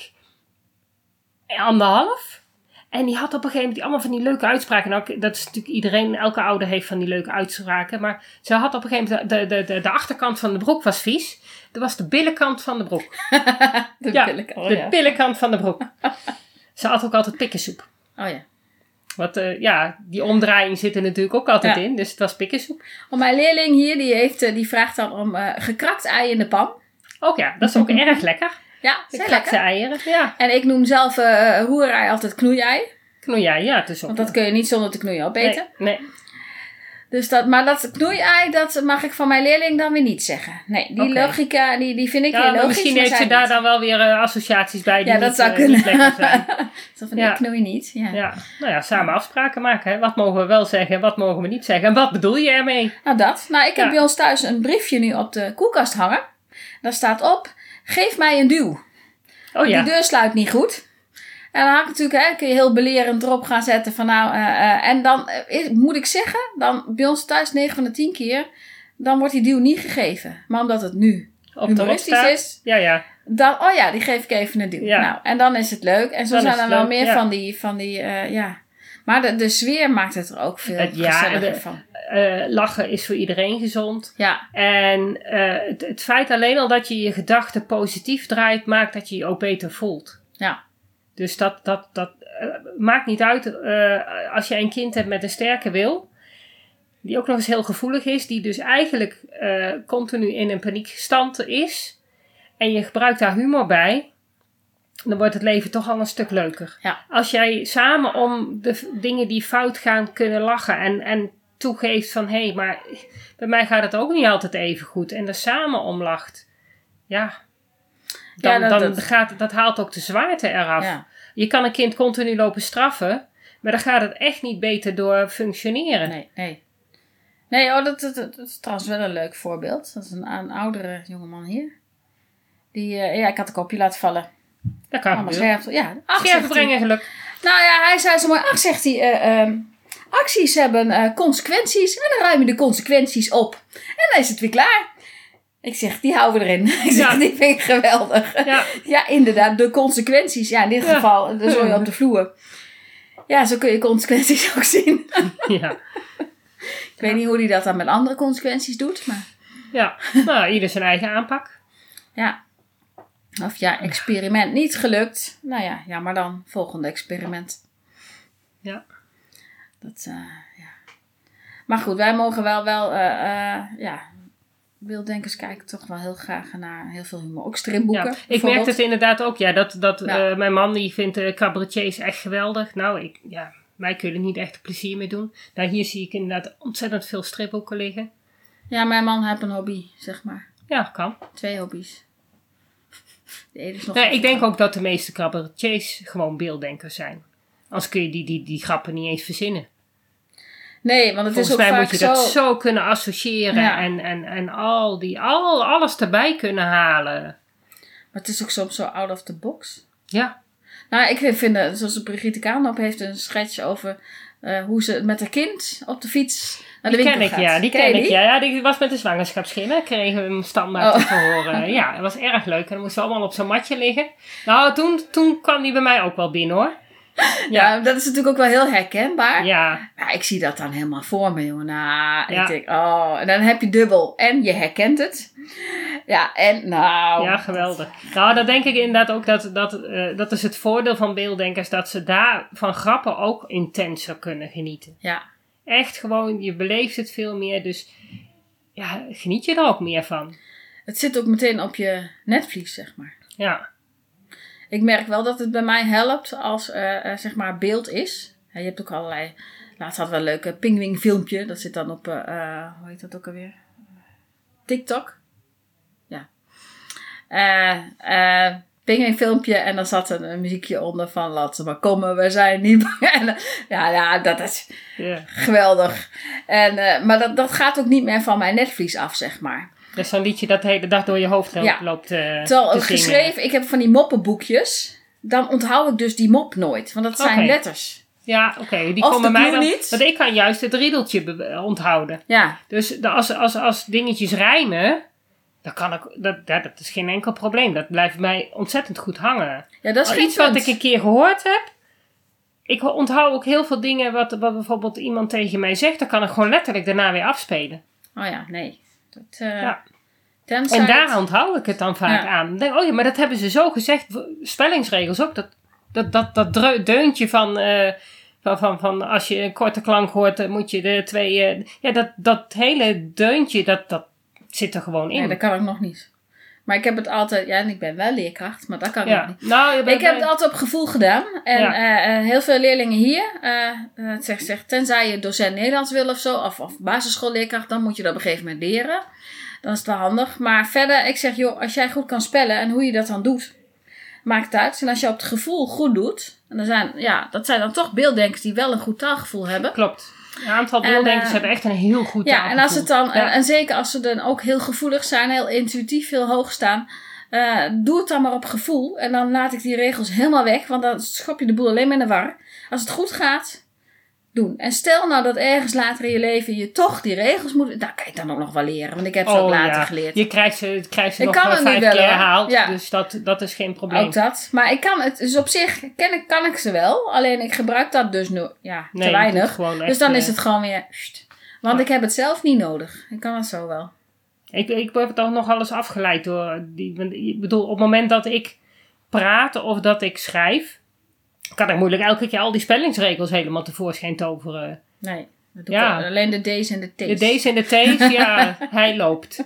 S1: 1,5. En die had op een gegeven moment allemaal van die leuke uitspraken. Nou, dat is natuurlijk elke ouder heeft van die leuke uitspraken. Maar ze had op een gegeven moment, de achterkant van de broek was vies. Dat was de binnenkant van de broek. de binnenkant van de broek. Ze had ook altijd pikkensoep.
S2: Oh ja.
S1: Want die omdraaiing zit er natuurlijk ook altijd in. Dus het was pikkensoep.
S2: Mijn leerling hier, die vraagt dan om gekrakt ei in de pan.
S1: Ook ja, dat is ook erg lekker.
S2: Ja,
S1: gekrakte eieren. Ja.
S2: En ik noem zelf roerei altijd knoeiei.
S1: Knoeiei, ja. Het is ook,
S2: want dat kun je niet zonder te knoeien opeten.
S1: Nee.
S2: Dus maar dat knoeiei, dat mag ik van mijn leerling dan weer niet zeggen. Nee, die logica, die vind ik heel logisch.
S1: Misschien heeft ze daar dan wel weer associaties bij die
S2: dat zou kunnen.
S1: Niet lekker zijn.
S2: Zo van, ik knoei niet. Ja.
S1: Nou ja, samen afspraken maken. Hè. Wat mogen we wel zeggen en wat mogen we niet zeggen? En wat bedoel je ermee?
S2: Nou dat. Nou, ik heb bij ons thuis een briefje nu op de koelkast hangen. Daar staat op, geef mij een duw.
S1: Oh ja.
S2: Die deur sluit niet goed. En dan kun je heel belerend erop gaan zetten van en dan moet ik zeggen, dan bij ons thuis 9 van de 10 keer, dan wordt die duw niet gegeven. Maar omdat het nu humoristisch is, dan, die geef ik even een duw. Ja. Nou, en dan is het leuk. En zo dan zijn er wel meer van die Maar de sfeer maakt het er ook veel gezelliger van.
S1: Lachen is voor iedereen gezond.
S2: Ja.
S1: En het feit alleen al dat je je gedachten positief draait, maakt dat je je ook beter voelt.
S2: Ja.
S1: Dus dat maakt niet uit als je een kind hebt met een sterke wil, die ook nog eens heel gevoelig is, die dus eigenlijk continu in een paniekstand is, en je gebruikt daar humor bij, dan wordt het leven toch al een stuk leuker.
S2: Ja.
S1: Als jij samen om de dingen die fout gaan kunnen lachen en toegeeft van... hé, maar bij mij gaat het ook niet altijd even goed. En er samen om lacht. Ja, dat haalt ook de zwaarte eraf.
S2: Ja.
S1: Je kan een kind continu lopen straffen... maar dan gaat het echt niet beter door functioneren.
S2: Nee. Nee, dat is trouwens wel een leuk voorbeeld. Dat is een oudere jongeman hier. Die, ik had een kopje laten vallen.
S1: Dat kan
S2: scherp
S1: brengen geluk.
S2: Nou ja, hij zei zo mooi. Ach, zegt hij, acties hebben consequenties. En dan ruim je de consequenties op. En dan is het weer klaar. Ik zeg, die houden we erin. Ik zeg, die vind ik geweldig. Ja, inderdaad, de consequenties. Ja, in dit geval, de zooi op de vloer. Ja, zo kun je consequenties ook zien.
S1: Ja.
S2: Ik weet niet hoe hij dat dan met andere consequenties doet, maar...
S1: Ja, nou, ieder zijn eigen aanpak.
S2: Ja. Of experiment niet gelukt. Nou ja, maar dan volgende experiment.
S1: Ja.
S2: Dat, Maar goed, wij mogen wel beelddenkers kijken toch wel heel graag naar heel veel humor. Ook stripboeken.
S1: Ja, ik merk het inderdaad ook, mijn man die vindt cabaretiers echt geweldig. Nou, mij kun je er niet echt plezier mee doen. Nou, hier zie ik inderdaad ontzettend veel stripboeken liggen.
S2: Ja, mijn man heeft een hobby, zeg maar.
S1: Ja, kan.
S2: 2 hobby's. De ene is nog
S1: ik denk ook dat de meeste cabaretiers gewoon beelddenkers zijn. Anders kun je die grappen niet eens verzinnen.
S2: Nee, want het
S1: Volgens
S2: is ook
S1: mij
S2: vaak
S1: moet je dat zo kunnen associëren en alles erbij kunnen halen.
S2: Maar het is ook soms zo out of the box.
S1: Ja.
S2: Nou, ik vind, zoals Brigitte Kaandorp heeft een sketch over hoe ze met haar kind op de fiets naar de winkel gaat.
S1: Die ken ik. Ja, die was met de zwangerschapsschema. Kregen we hem standaard te horen. Ja, dat was erg leuk. En dan moesten we allemaal op zo'n matje liggen. Nou, toen kwam die bij mij ook wel binnen, hoor.
S2: Ja, dat is natuurlijk ook wel heel herkenbaar.
S1: Ja.
S2: Maar ik zie dat dan helemaal voor me, jongen. Nou, ik denk, en dan heb je dubbel. En je herkent het. Ja, en nou...
S1: Ja, geweldig. Nou, dat denk ik inderdaad ook dat is het voordeel van beelddenkers. Dat ze daar van grappen ook intenser kunnen genieten.
S2: Ja.
S1: Echt gewoon, je beleeft het veel meer. Dus ja, geniet je er ook meer van.
S2: Het zit ook meteen op je netvlies, zeg maar.
S1: Ja.
S2: Ik merk wel dat het bij mij helpt als zeg maar beeld is. Ja, je hebt ook allerlei... Laatst hadden we een leuke pingwing-filmpje. Dat zit dan op... hoe heet dat ook alweer? TikTok. Ja. Pingwing-filmpje. En dan zat een muziekje onder van... Laat ze maar komen, we zijn niet bang. Ja, dat is geweldig. Maar dat gaat ook niet meer van mijn netvlies af, zeg maar.
S1: Dat is zo'n liedje dat de hele dag door je hoofd loopt te
S2: geschreven, ik heb van die moppenboekjes. Dan onthoud ik dus die mop nooit. Want dat zijn letters.
S1: Ja, oké. Die komen mij dan niet. Want ik kan juist het riedeltje onthouden.
S2: Ja.
S1: Dus als dingetjes rijmen, dan kan ik, dat is geen enkel probleem. Dat blijft mij ontzettend goed hangen.
S2: Ja, dat is
S1: iets wat ik een keer gehoord heb. Ik onthoud ook heel veel dingen wat bijvoorbeeld iemand tegen mij zegt. Dan kan ik gewoon letterlijk daarna weer afspelen.
S2: Oh ja, nee.
S1: En daar onthoud ik het dan vaak aan. Dan denk, maar dat hebben ze zo gezegd. Spellingsregels ook. Dat deuntje van als je een korte klank hoort, dan moet je de 2... dat hele deuntje, dat zit er gewoon in.
S2: Nee, dat kan ik nog niet. Maar ik heb het altijd... Ja, en ik ben wel leerkracht, maar dat kan ik nog niet.
S1: Nou,
S2: ik heb het altijd op gevoel gedaan. En heel veel leerlingen hier... zegt, tenzij je docent Nederlands wil of zo... of basisschoolleerkracht... dan moet je dat op een gegeven moment leren. Dan is het wel handig. Maar verder, ik zeg... joh, als jij goed kan spellen... en hoe je dat dan doet... maakt het uit. En als je op het gevoel goed doet... en dat zijn dan toch beelddenkers... die wel een goed taalgevoel hebben.
S1: Klopt. Een aantal beelddenkers hebben echt een heel goed taalgevoel.
S2: Ja, en als het dan... en zeker als ze dan ook heel gevoelig zijn... heel intuïtief, heel hoog staan... doe het dan maar op gevoel. En dan laat ik die regels helemaal weg. Want dan schop je de boel alleen maar in de war. Als het goed gaat... doen. En stel nou dat ergens later in je leven... je toch die regels moet... Nou, kan je dan ook nog wel leren. Want ik heb ze ook later geleerd.
S1: Je krijgt ze nog wel 5 keer herhaald. Ja. Dus dat is geen probleem.
S2: Ook dat. Maar ik kan het... Dus op zich kan ik ze wel. Alleen ik gebruik dat dus te weinig. Dus dan is het gewoon weer... Want ik heb het zelf niet nodig. Ik kan het zo wel.
S1: Ik word toch nog alles afgeleid door... Ik bedoel, op het moment dat ik praat of dat ik schrijf... kan ik moeilijk elke keer al die spellingsregels helemaal tevoorschijn toveren.
S2: Nee, dat doe ik alleen de D's en de T's.
S1: De D's en de T's, hij loopt.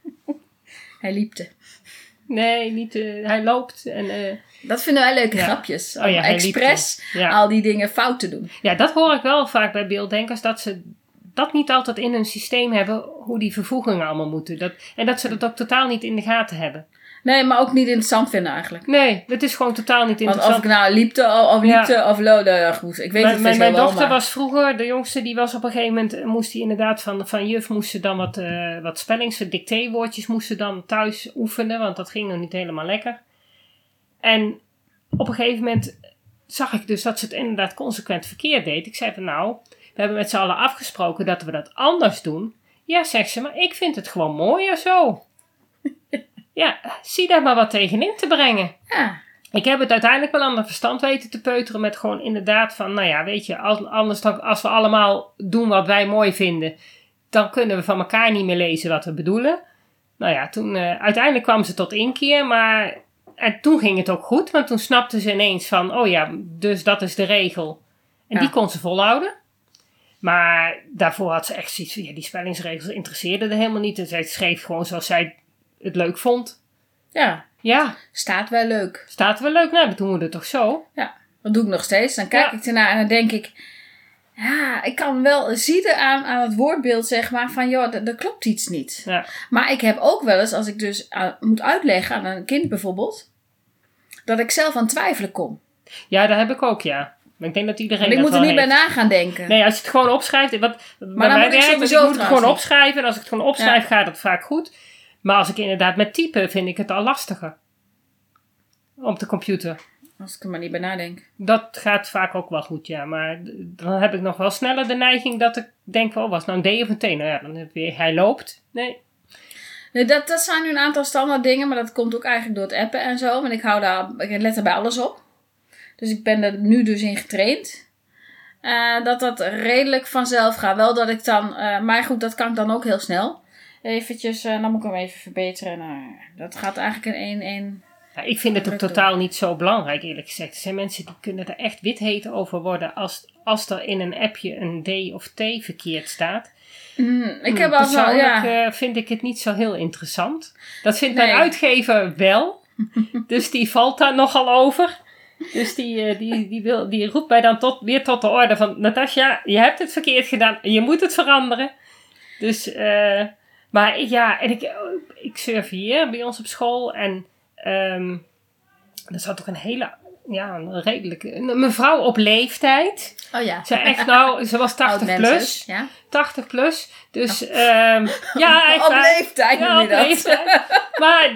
S2: Hij liepte.
S1: Nee, niet, hij loopt.
S2: Dat vinden wij leuke grapjes. Om expres al die dingen fout te doen.
S1: Ja, dat hoor ik wel vaak bij beelddenkers. Dat ze dat niet altijd in hun systeem hebben hoe die vervoegingen allemaal moeten. En dat ze dat ook totaal niet in de gaten hebben.
S2: Nee, maar ook niet interessant vinden eigenlijk.
S1: Nee, het is gewoon totaal niet interessant.
S2: Want of ik nou liepte of lode, goed. Ik weet het
S1: Mijn dochter was vroeger, de jongste, die was op een gegeven moment, moest die inderdaad van juf, moest ze dan wat spellings, dictéewoordjes moest ze dan thuis oefenen, want dat ging nog niet helemaal lekker. En op een gegeven moment zag ik dus dat ze het inderdaad consequent verkeerd deed. Ik zei van nou, we hebben met z'n allen afgesproken dat we dat anders doen. Ja, zegt ze, maar ik vind het gewoon mooier zo. Ja, zie daar maar wat tegenin te brengen.
S2: Ja.
S1: Ik heb het uiteindelijk wel aan de verstand weten te peuteren met gewoon inderdaad van, nou ja, weet je, anders dan als we allemaal doen wat wij mooi vinden, dan kunnen we van elkaar niet meer lezen wat we bedoelen. Nou ja, toen uiteindelijk kwam ze tot inkeer, maar en toen ging het ook goed, want toen snapte ze ineens van, oh ja, dus dat is de regel. En die kon ze volhouden. Maar daarvoor had ze echt zoiets van, ja, die spellingsregels interesseerden er helemaal niet. En zij schreef gewoon zoals zij het leuk vond. Ja.
S2: Staat wel leuk.
S1: Staat wel leuk. Nou, dat doen we het toch zo.
S2: Ja, dat doe ik nog steeds. Dan kijk ik ernaar en dan denk ik, ja, ik kan wel zien aan het woordbeeld, zeg maar, van joh, er klopt iets niet.
S1: Ja.
S2: Maar ik heb ook wel eens, als ik dus moet uitleggen aan een kind bijvoorbeeld, dat ik zelf aan twijfelen kom.
S1: Ja, dat heb ik ook, ja. Maar ik denk dat iedereen
S2: maar ik moet er niet
S1: heeft.
S2: bij na gaan denken.
S1: Nee, als je het gewoon opschrijft.
S2: Maar dan moet ik sowieso
S1: het gewoon opschrijven. En als ik het gewoon opschrijf, gaat het vaak goed. Maar als ik inderdaad met typen, vind ik het al lastiger. Op de computer.
S2: Als ik er maar niet bij nadenk.
S1: Dat gaat vaak ook wel goed, ja. Maar dan heb ik nog wel sneller de neiging dat ik denk, was het nou een D of een T? Nou ja, dan heb je weer, hij loopt. Nee,
S2: dat zijn nu een aantal standaard dingen, maar dat komt ook eigenlijk door het appen en zo. Want ik let er bij alles op. Dus ik ben er nu dus in getraind. Dat redelijk vanzelf gaat. Wel dat ik dan, maar goed, dat kan ik dan ook heel snel. Eventjes, dan moet ik hem even verbeteren. Nou, dat gaat eigenlijk in één.
S1: Ja, ik vind het ook totaal niet zo belangrijk, eerlijk gezegd. Er zijn mensen die kunnen er echt wit heet over worden als er in een appje een D of T verkeerd staat. Persoonlijk vind ik het niet zo heel interessant. Dat vindt mijn uitgever wel. Dus die valt daar nogal over. Dus die roept mij dan weer tot de orde van, Natasja, je hebt het verkeerd gedaan. Je moet het veranderen. Dus, maar ja, en ik surveilleer bij ons op school. En er zat ook een redelijke mevrouw op leeftijd.
S2: Oh ja.
S1: Ze was 80 plus.
S2: Ja.
S1: 80 plus. Dus
S2: ja, echt op leeftijd noem je dat.
S1: Leeftijd. Maar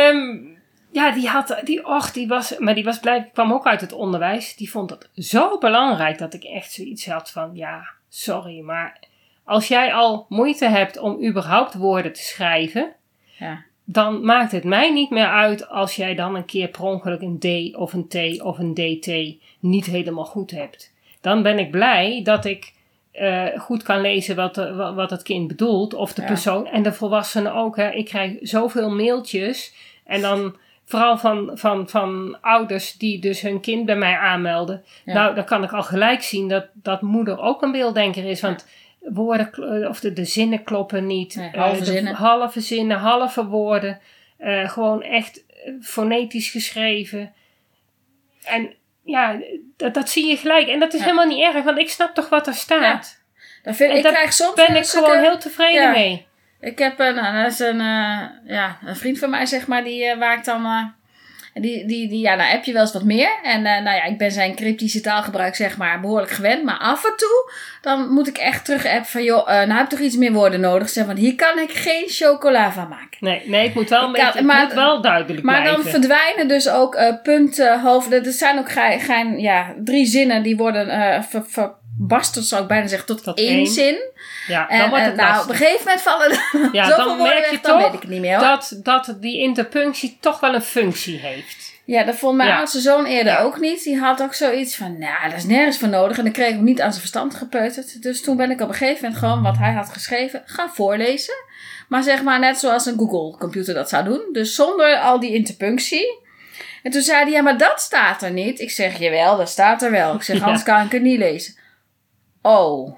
S1: die was blij. Die kwam ook uit het onderwijs. Die vond het zo belangrijk dat ik echt zoiets had van, ja, sorry, maar als jij al moeite hebt om überhaupt woorden te schrijven, dan maakt het mij niet meer uit als jij dan een keer per ongeluk een D of een T of een DT niet helemaal goed hebt. Dan ben ik blij dat ik goed kan lezen wat het kind bedoelt of de persoon en de volwassenen ook. Hè. Ik krijg zoveel mailtjes en dan vooral van ouders die dus hun kind bij mij aanmelden. Ja. Nou, dan kan ik al gelijk zien dat moeder ook een beelddenker is. Want woorden of de zinnen kloppen niet.
S2: Nee,
S1: halve zinnen, halve woorden. Gewoon echt fonetisch geschreven. En ja, dat zie je gelijk. En dat is helemaal niet erg, want ik snap toch wat er staat.
S2: Ja. Ik krijg soms
S1: ben ik gewoon heel tevreden mee.
S2: Ik heb dat is een vriend van mij, zeg maar, waar ik dan. Daar heb je wel eens wat meer. En ik ben zijn cryptische taalgebruik, zeg maar, behoorlijk gewend. Maar af en toe, dan moet ik echt terug appen van, joh, nou heb ik toch iets meer woorden nodig. Zeg, want hier kan ik geen chocola van maken.
S1: Nee, het moet wel moet wel duidelijk
S2: maar
S1: blijven.
S2: Dan verdwijnen dus ook punten, hoofden. Er zijn ook 3 zinnen die worden verbasterd, zou ik bijna zeggen, tot 1 zin.
S1: Ja, dan wordt het lastig.
S2: Op een gegeven moment vallen
S1: dan merk je
S2: dan
S1: toch
S2: weet ik het niet meer, hoor.
S1: dat die interpunctie toch wel een functie heeft.
S2: Ja, dat vond mijn oudste zoon eerder ook niet. Die had ook zoiets van, dat is nergens voor nodig. En dan kreeg ik hem niet aan zijn verstand gepeuterd. Dus toen ben ik op een gegeven moment gewoon wat hij had geschreven gaan voorlezen. Maar zeg maar net zoals een Google-computer dat zou doen. Dus zonder al die interpunctie. En toen zei hij, maar dat staat er niet. Ik zeg, jawel, dat staat er wel. Ik zeg, anders kan ik het niet lezen. Oh.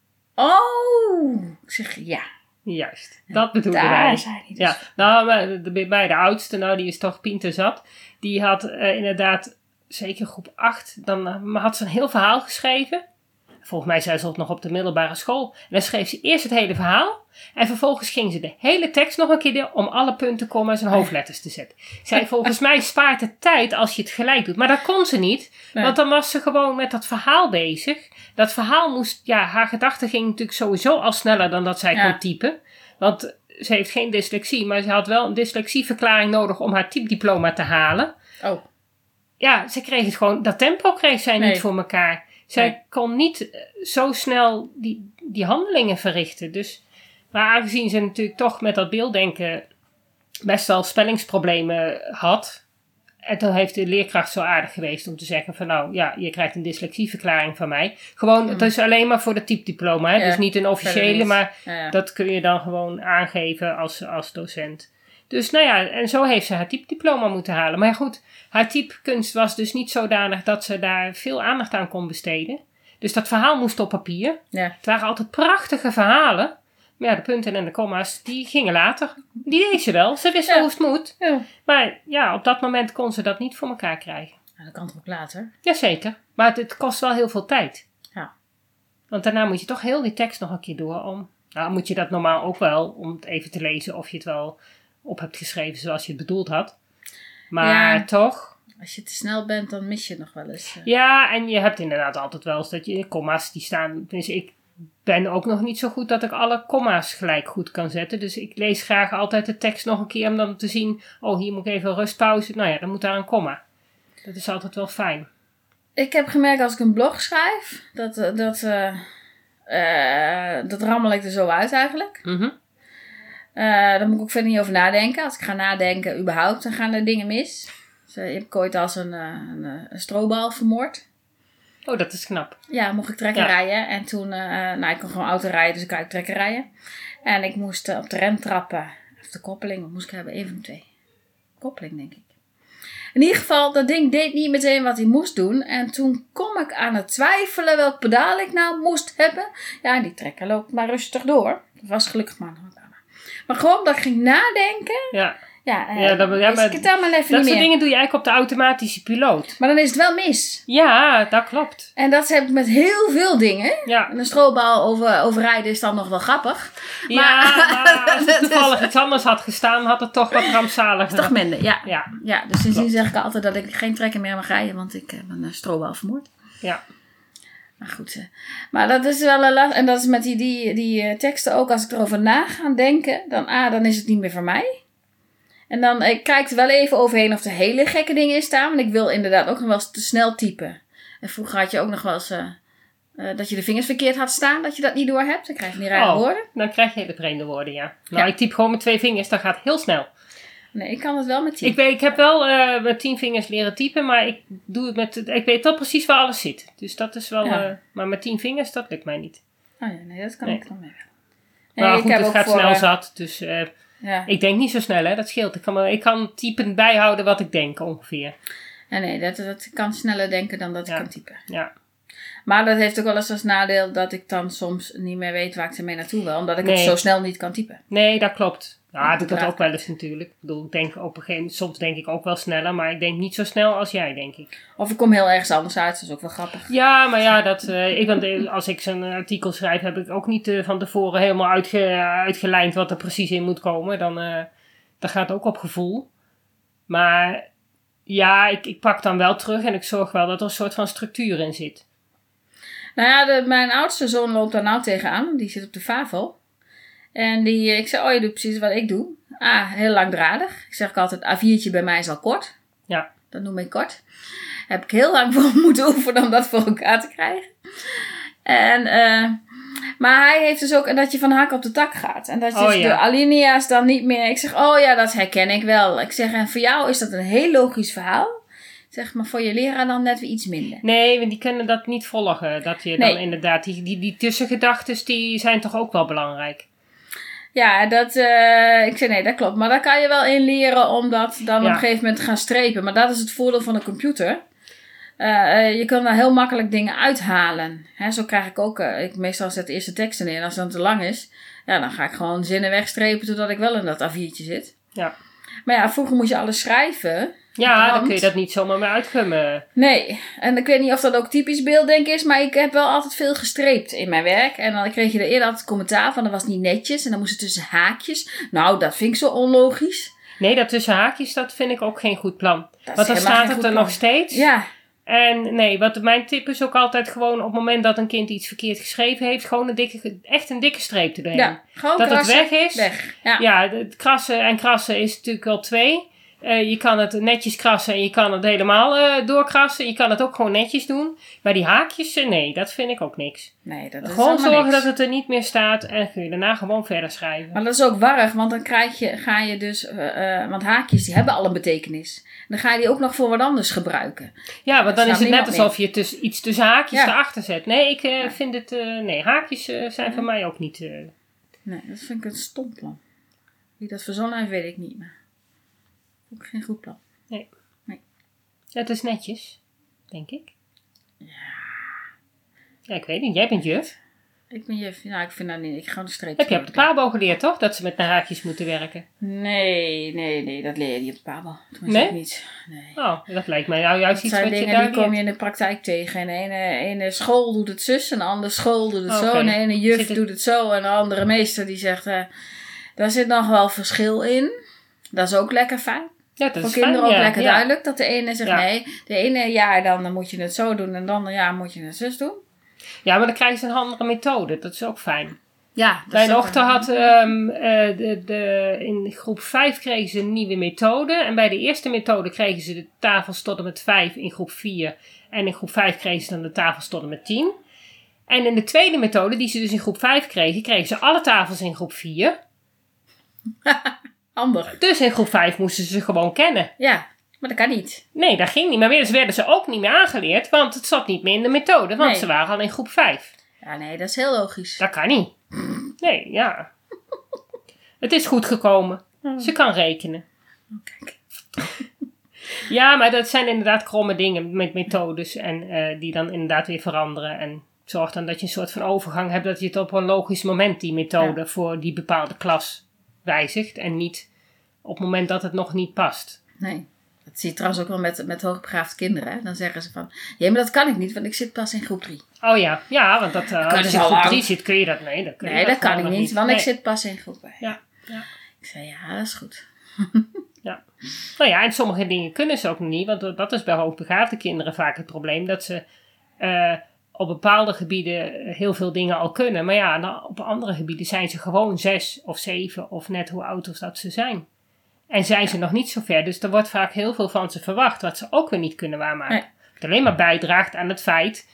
S2: Ik zeg, ja.
S1: Juist, dat bedoelde wij.
S2: Zei hij dus.
S1: Ja, nou, bij de oudste, die is toch Pieter zat. Die had inderdaad, zeker groep 8, dan had ze een heel verhaal geschreven. volgens mij zei ze ook nog op de middelbare school. En dan schreef ze eerst het hele verhaal. En vervolgens ging ze de hele tekst nog een keer door om alle punten, komma's en hoofdletters te zetten. Zij volgens mij spaart het tijd als je het gelijk doet. Maar dat kon ze niet.
S2: Nee.
S1: Want dan was ze gewoon met dat verhaal bezig. Dat verhaal moest, haar gedachten gingen natuurlijk sowieso al sneller dan dat zij kon typen. Want ze heeft geen dyslexie, maar ze had wel een dyslexieverklaring nodig om haar typediploma te halen.
S2: Oh.
S1: Ja, ze kreeg het gewoon, dat tempo kreeg zij niet voor elkaar. Zij kon niet zo snel die handelingen verrichten. Dus, maar aangezien ze natuurlijk toch met dat beelddenken best wel spellingsproblemen had. En toen heeft de leerkracht zo aardig geweest om te zeggen van nou ja, je krijgt een dyslexieverklaring van mij. Gewoon, het is alleen maar voor de typediploma. Dus niet een officiële, maar dat kun je dan gewoon aangeven als docent. Dus nou ja, en zo heeft ze haar typediploma moeten halen. Maar ja goed, haar typekunst was dus niet zodanig dat ze daar veel aandacht aan kon besteden. Dus dat verhaal moest op papier. Ja. Het waren altijd prachtige verhalen. Maar ja, de punten en de komma's, die gingen later. Die deed ze wel. Ze wist wel hoe het moet. Ja. Maar ja, op dat moment kon ze dat niet voor elkaar krijgen.
S2: Ja, dat kan toch ook later?
S1: Jazeker. Maar het kost wel heel veel tijd.
S2: Ja.
S1: Want daarna moet je toch heel die tekst nog een keer door om... Nou, moet je dat normaal ook wel om het even te lezen of je het wel op hebt geschreven zoals je het bedoeld had. Maar toch...
S2: Als je te snel bent, dan mis je het nog wel eens.
S1: Ja, en je hebt inderdaad altijd wel eens dat je komma's die staan... Dus ik ben ook nog niet zo goed dat ik alle komma's gelijk goed kan zetten. Dus ik lees graag altijd de tekst nog een keer om dan te zien... Oh, hier moet ik even een rustpauze. Nou ja, dan moet daar een komma. Dat is altijd wel fijn.
S2: Ik heb gemerkt als ik een blog schrijf... Dat rammel ik er zo uit eigenlijk.
S1: Mm-hmm.
S2: Daar moet ik ook verder niet over nadenken. Als ik ga nadenken überhaupt, dan gaan er dingen mis. Dus, heb ik ooit als een strobal vermoord.
S1: Oh, dat is knap.
S2: Ja, mocht ik trekken rijden. En toen, ik kon gewoon auto rijden, dus ik kon trekken rijden. En ik moest op de rem trappen. Of de koppeling, wat moest ik hebben? Een van de twee. Koppeling, denk ik. In ieder geval, dat ding deed niet meteen wat hij moest doen. En toen kom ik aan het twijfelen welk pedaal ik nou moest hebben. Ja, en die trekker loopt maar rustig door. Dat was gelukkig maar. Maar gewoon dat ik ging nadenken.
S1: Ja.
S2: Dat
S1: soort dingen doe je eigenlijk op de automatische piloot.
S2: Maar dan is het wel mis.
S1: Ja, dat klopt.
S2: En dat heb ik met heel veel dingen.
S1: Ja.
S2: En een strobal overrijden is dan nog wel grappig.
S1: Maar als het toevallig iets anders had gestaan, had het toch wat rampzaliger.
S2: Toch minder, ja. Dus sindsdien zeg ik altijd dat ik geen trekker meer mag rijden, want ik heb een strobal vermoord.
S1: Ja.
S2: Maar goed. Maar dat is wel een last. En dat is met die teksten ook, als ik erover na ga denken, dan is het niet meer voor mij. En dan ik kijk er wel even overheen of er hele gekke dingen in staan. Want ik wil inderdaad ook nog wel eens te snel typen. En vroeger had je ook nog wel eens dat je de vingers verkeerd had staan. Dat je dat niet door hebt. Dan krijg je die rare woorden.
S1: Dan krijg je hele vreemde woorden, ja. Nou, ik typ gewoon met 2 vingers. Dat gaat heel snel.
S2: Nee, ik kan het wel met 10.
S1: Ik heb wel met 10 vingers leren typen. Maar ik doe het ik weet wel precies waar alles zit. Dus dat is wel... maar met 10 vingers, dat lukt mij niet.
S2: Oh ja, nee, dat kan ik dan weer.
S1: Maar goed, het gaat snel zat. Dus... Ik denk niet zo snel, hè. Dat scheelt. Ik kan typen bijhouden wat ik denk, ongeveer.
S2: Nee, dat kan sneller denken dan dat ik kan typen.
S1: Ja.
S2: Maar dat heeft ook wel eens als nadeel dat ik dan soms niet meer weet waar ik ermee naartoe wil. Omdat ik het zo snel niet kan typen.
S1: Nee, dat klopt. Ja, dat doe ik ook wel eens natuurlijk. Ik bedoel, ik denk op een gegeven moment, soms denk ik ook wel sneller. Maar ik denk niet zo snel als jij, denk ik.
S2: Of ik kom heel ergens anders uit. Dat is ook wel grappig.
S1: Ja, maar ja, als ik zo'n artikel schrijf, heb ik ook niet van tevoren helemaal uitgelijnd wat er precies in moet komen. Dan dat gaat ook op gevoel. Maar ja, ik pak dan wel terug en ik zorg wel dat er een soort van structuur in zit.
S2: Nou ja, mijn oudste zoon loopt daar nou tegenaan. Die zit op de FAVO. En ik zei, je doet precies wat ik doe. Heel langdradig. Ik zeg ook altijd, A4'tje bij mij is al kort.
S1: Ja.
S2: Dat noem ik kort. Heb ik heel lang voor moeten oefenen om dat voor elkaar te krijgen. Maar hij heeft dus ook dat je van hak op de tak gaat. En dat je de alinea's dan niet meer... Ik zeg, dat herken ik wel. Ik zeg, en voor jou is dat een heel logisch verhaal. Zeg, maar voor je leraar dan net weer iets minder.
S1: Nee, want die kunnen dat niet volgen. Dat je dan inderdaad... Die tussengedachten, die zijn toch ook wel belangrijk.
S2: Ja, ik zei nee, dat klopt. Maar daar kan je wel in leren om dat dan op een gegeven moment te gaan strepen. Maar dat is het voordeel van een computer. Je kan daar heel makkelijk dingen uithalen. Zo krijg ik ook... meestal zet de eerste teksten neer. En als het dan te lang is... dan ga ik gewoon zinnen wegstrepen... totdat ik wel in dat A4'tje zit.
S1: Ja.
S2: Maar ja, vroeger moest je alles schrijven.
S1: Ja, dan kun je dat niet zomaar meer uitgummen.
S2: Nee, en ik weet niet of dat ook typisch beelddenken is, maar ik heb wel altijd veel gestreept in mijn werk. En dan kreeg je er eerder altijd commentaar van, dat was niet netjes. En dan moest het tussen haakjes. Nou, dat vind ik zo onlogisch.
S1: Nee, dat tussen haakjes, dat vind ik ook geen goed plan.
S2: Dat
S1: Want dan
S2: is helemaal
S1: staat
S2: geen
S1: het
S2: goed
S1: er
S2: plan.
S1: nog steeds.
S2: Ja,
S1: En nee, wat mijn tip is ook altijd gewoon op het moment dat een kind iets verkeerd geschreven heeft, gewoon echt een dikke streep erheen.
S2: ja. Gewoon
S1: Dat het
S2: krassen,
S1: weg is.
S2: Weg. Ja.
S1: Ja, het krassen en krassen is natuurlijk wel 2. Je kan het netjes krassen en je kan het helemaal doorkrassen. Je kan het ook gewoon netjes doen. Maar die haakjes, nee, dat vind ik ook niks.
S2: Nee, dat is
S1: Gewoon
S2: helemaal
S1: zorgen
S2: niks.
S1: dat het er niet meer staat en kun je daarna gewoon verder schrijven.
S2: Maar dat is ook warrig, want dan ga je dus... want haakjes, die hebben al een betekenis. En dan ga je die ook nog voor wat anders gebruiken.
S1: Ja, want dan
S2: snapt
S1: is het net
S2: niemand
S1: alsof je iets tussen haakjes
S2: Ja.
S1: erachter zet. Nee, ik vind het... nee, haakjes zijn voor mij ook niet...
S2: Nee, dat vind ik een stom plan. Wie dat verzonnen heeft, weet ik niet. Maar ook geen goed plan.
S1: Het is netjes, denk ik. Ja, ik weet niet. Jij bent juf.
S2: Ik ben juf. Nou, ik vind dat niet. Ik ga een streep.
S1: Heb je op de Pabo geleerd, toch? Dat ze met haakjes moeten werken.
S2: Nee. Dat leer je niet op de Pabo. Tenminste,
S1: Nee?
S2: ik niet. Nee.
S1: Oh, dat lijkt mij nou juist
S2: Dat
S1: iets
S2: zijn
S1: wat je
S2: dingen
S1: daar
S2: die kom je
S1: leert.
S2: in de praktijk tegen. En de ene school doet het zus. En de andere school doet het zo.
S1: Oké.
S2: En de ene juf
S1: Zit het-
S2: doet het zo. En de andere meester die zegt... daar zit nog wel verschil in. Dat is ook lekker fijn.
S1: Ja, dat
S2: Voor
S1: is
S2: kinderen
S1: fijn,
S2: ook
S1: ja.
S2: lekker
S1: Ja.
S2: duidelijk. Dat de ene zegt
S1: Ja.
S2: nee. De ene jaar dan moet je het zo doen. En het andere jaar moet je het zus doen.
S1: Ja, maar dan krijgen ze een andere methode. Dat is ook fijn.
S2: Ja.
S1: Mijn dochter had in groep 5 kregen ze een nieuwe methode. En bij de eerste methode kregen ze de tafels tot en met 5 in groep 4. En in groep 5 kregen ze dan de tafels tot en met 10. En in de tweede methode, die ze dus in groep 5 kregen, kregen ze alle tafels in groep 4.
S2: Ander.
S1: Dus in groep 5 moesten ze gewoon kennen.
S2: Ja. Maar dat kan niet.
S1: Nee, dat ging niet. Maar weer werden ze ook niet meer aangeleerd, want het zat niet meer in de methode. Want
S2: Nee.
S1: ze waren al in groep 5.
S2: Ja, nee, dat is heel logisch.
S1: Dat kan niet. Nee, ja. Het is goed gekomen. Ze kan rekenen.
S2: Kijk.
S1: Ja, maar dat zijn inderdaad kromme dingen met methodes. En die dan inderdaad weer veranderen. En zorg dan dat je een soort van overgang hebt. Dat je het op een logisch moment die methode voor die bepaalde klas wijzigt. En niet op het moment dat het nog niet past.
S2: Nee. Dat zie je trouwens ook wel met hoogbegaafde kinderen. Hè? Dan zeggen ze van... Ja, maar dat kan ik niet, want ik zit pas in groep 3.
S1: Oh ja, ja, want als
S2: kunnen
S1: je
S2: ze
S1: in
S2: al
S1: groep
S2: lang.
S1: 3 zit, kun je dat? Nee, dat kun je
S2: Nee, dat kan
S1: gewoon
S2: ik
S1: nog
S2: niet, want
S1: Nee.
S2: ik zit pas in groep 1.
S1: Ja, ja.
S2: Ik zei, ja, dat is goed.
S1: Ja. Nou ja, en sommige dingen kunnen ze ook niet. Want dat is bij hoogbegaafde kinderen vaak het probleem. Dat ze op bepaalde gebieden heel veel dingen al kunnen. Maar ja, nou, op andere gebieden zijn ze gewoon 6 of 7 of net hoe oud als dat ze zijn. En zijn ze nog niet zo ver. Dus er wordt vaak heel veel van ze verwacht. Wat ze ook weer niet kunnen waarmaken.
S2: Nee.
S1: Het alleen maar bijdraagt aan het feit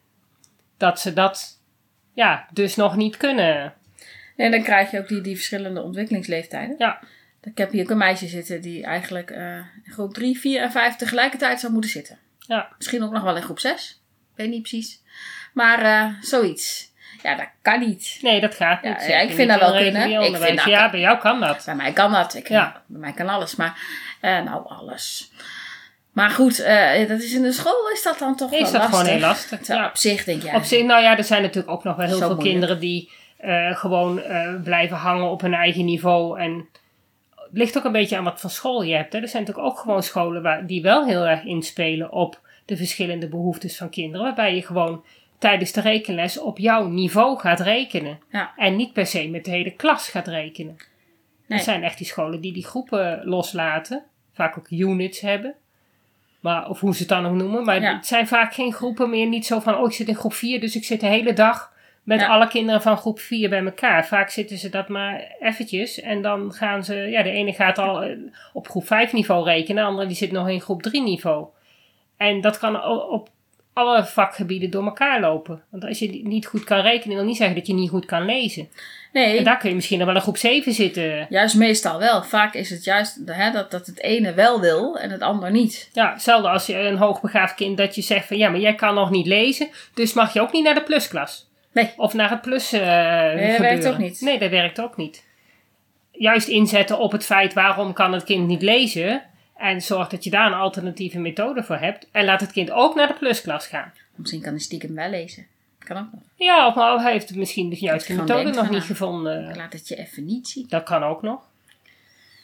S1: dat ze dat dus nog niet kunnen.
S2: En dan krijg je ook die verschillende ontwikkelingsleeftijden.
S1: Ja.
S2: Ik heb hier ook een meisje zitten die eigenlijk in groep 3, 4 en 5 tegelijkertijd zou moeten zitten.
S1: Ja.
S2: Misschien ook nog wel in groep 6. Weet niet precies. Maar zoiets. Ja, dat kan niet.
S1: Nee, dat gaat
S2: Ja,
S1: niet.
S2: ja,
S1: Zeker
S2: ik vind
S1: niet
S2: dat wel
S1: in
S2: kunnen.
S1: regulier
S2: Ik
S1: onderwijs.
S2: vind dat-
S1: Ja, bij jou kan dat.
S2: Bij mij kan dat.
S1: Ja.
S2: Bij mij kan alles. Maar nou, alles. Maar goed, dat is in de school is dat dan toch
S1: Is
S2: wel
S1: dat
S2: lastig.
S1: gewoon heel lastig.
S2: Terwijl
S1: Ja.
S2: op zich denk je...
S1: Op zich, nou ja, er zijn natuurlijk ook nog wel heel
S2: Zo
S1: veel
S2: moeilijk.
S1: kinderen die gewoon blijven hangen op hun eigen niveau. En het ligt ook een beetje aan wat voor school je hebt. Hè. Er zijn natuurlijk ook gewoon scholen die wel heel erg inspelen op de verschillende behoeftes van kinderen. Waarbij je gewoon tijdens de rekenles op jouw niveau gaat rekenen.
S2: Ja.
S1: En niet per se met de hele klas gaat rekenen.
S2: Nee.
S1: Er zijn echt die scholen die groepen loslaten. Vaak ook units hebben. Maar, of hoe ze het dan ook noemen. Maar
S2: Ja.
S1: het zijn vaak geen groepen meer. Niet zo van, ik zit in groep 4, dus ik zit de hele dag met
S2: Ja.
S1: alle kinderen van groep 4 bij elkaar. Vaak zitten ze dat maar eventjes. En dan gaan ze, de ene gaat al op groep 5 niveau rekenen. De andere die zit nog in groep 3 niveau. En dat kan op alle vakgebieden door elkaar lopen. Want als je niet goed kan rekenen, wil niet zeggen dat je niet goed kan lezen.
S2: Nee,
S1: En daar kun je misschien nog wel in groep 7 zitten.
S2: juist meestal wel. Vaak is het juist dat het ene wel wil en het ander niet.
S1: Ja, hetzelfde als je een hoogbegaafd kind dat je zegt van ja, maar jij kan nog niet lezen, dus mag je ook niet naar de plusklas.
S2: Nee.
S1: Of naar het plus
S2: dat
S1: gebeuren.
S2: werkt ook niet.
S1: Nee, dat werkt ook niet. Juist inzetten op het feit waarom kan het kind niet lezen en zorg dat je daar een alternatieve methode voor hebt en laat het kind ook naar de plusklas gaan.
S2: Misschien kan hij stiekem wel lezen. Kan ook nog.
S1: Ja, of hij heeft misschien de juiste
S2: gewoon
S1: methode
S2: denkt
S1: nog
S2: van,
S1: niet gevonden.
S2: Ik laat het je even niet zien.
S1: Dat kan ook nog.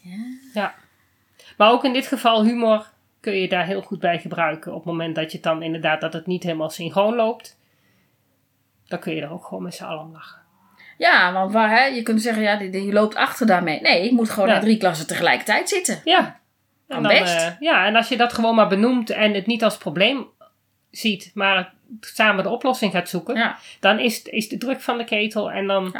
S1: Ja. Maar ook in dit geval humor kun je daar heel goed bij gebruiken. Op het moment dat je het dan inderdaad, dat het niet helemaal synchroon loopt. Dan kun je er ook gewoon met z'n allen om lachen.
S2: Ja, want je kunt zeggen, je loopt achter daarmee. Nee, ik moet gewoon naar 3 klassen tegelijkertijd zitten.
S1: Ja.
S2: En dan best.
S1: En als je dat gewoon maar benoemt en het niet als probleem ziet, maar samen de oplossing gaat zoeken, dan is de druk van de ketel en dan,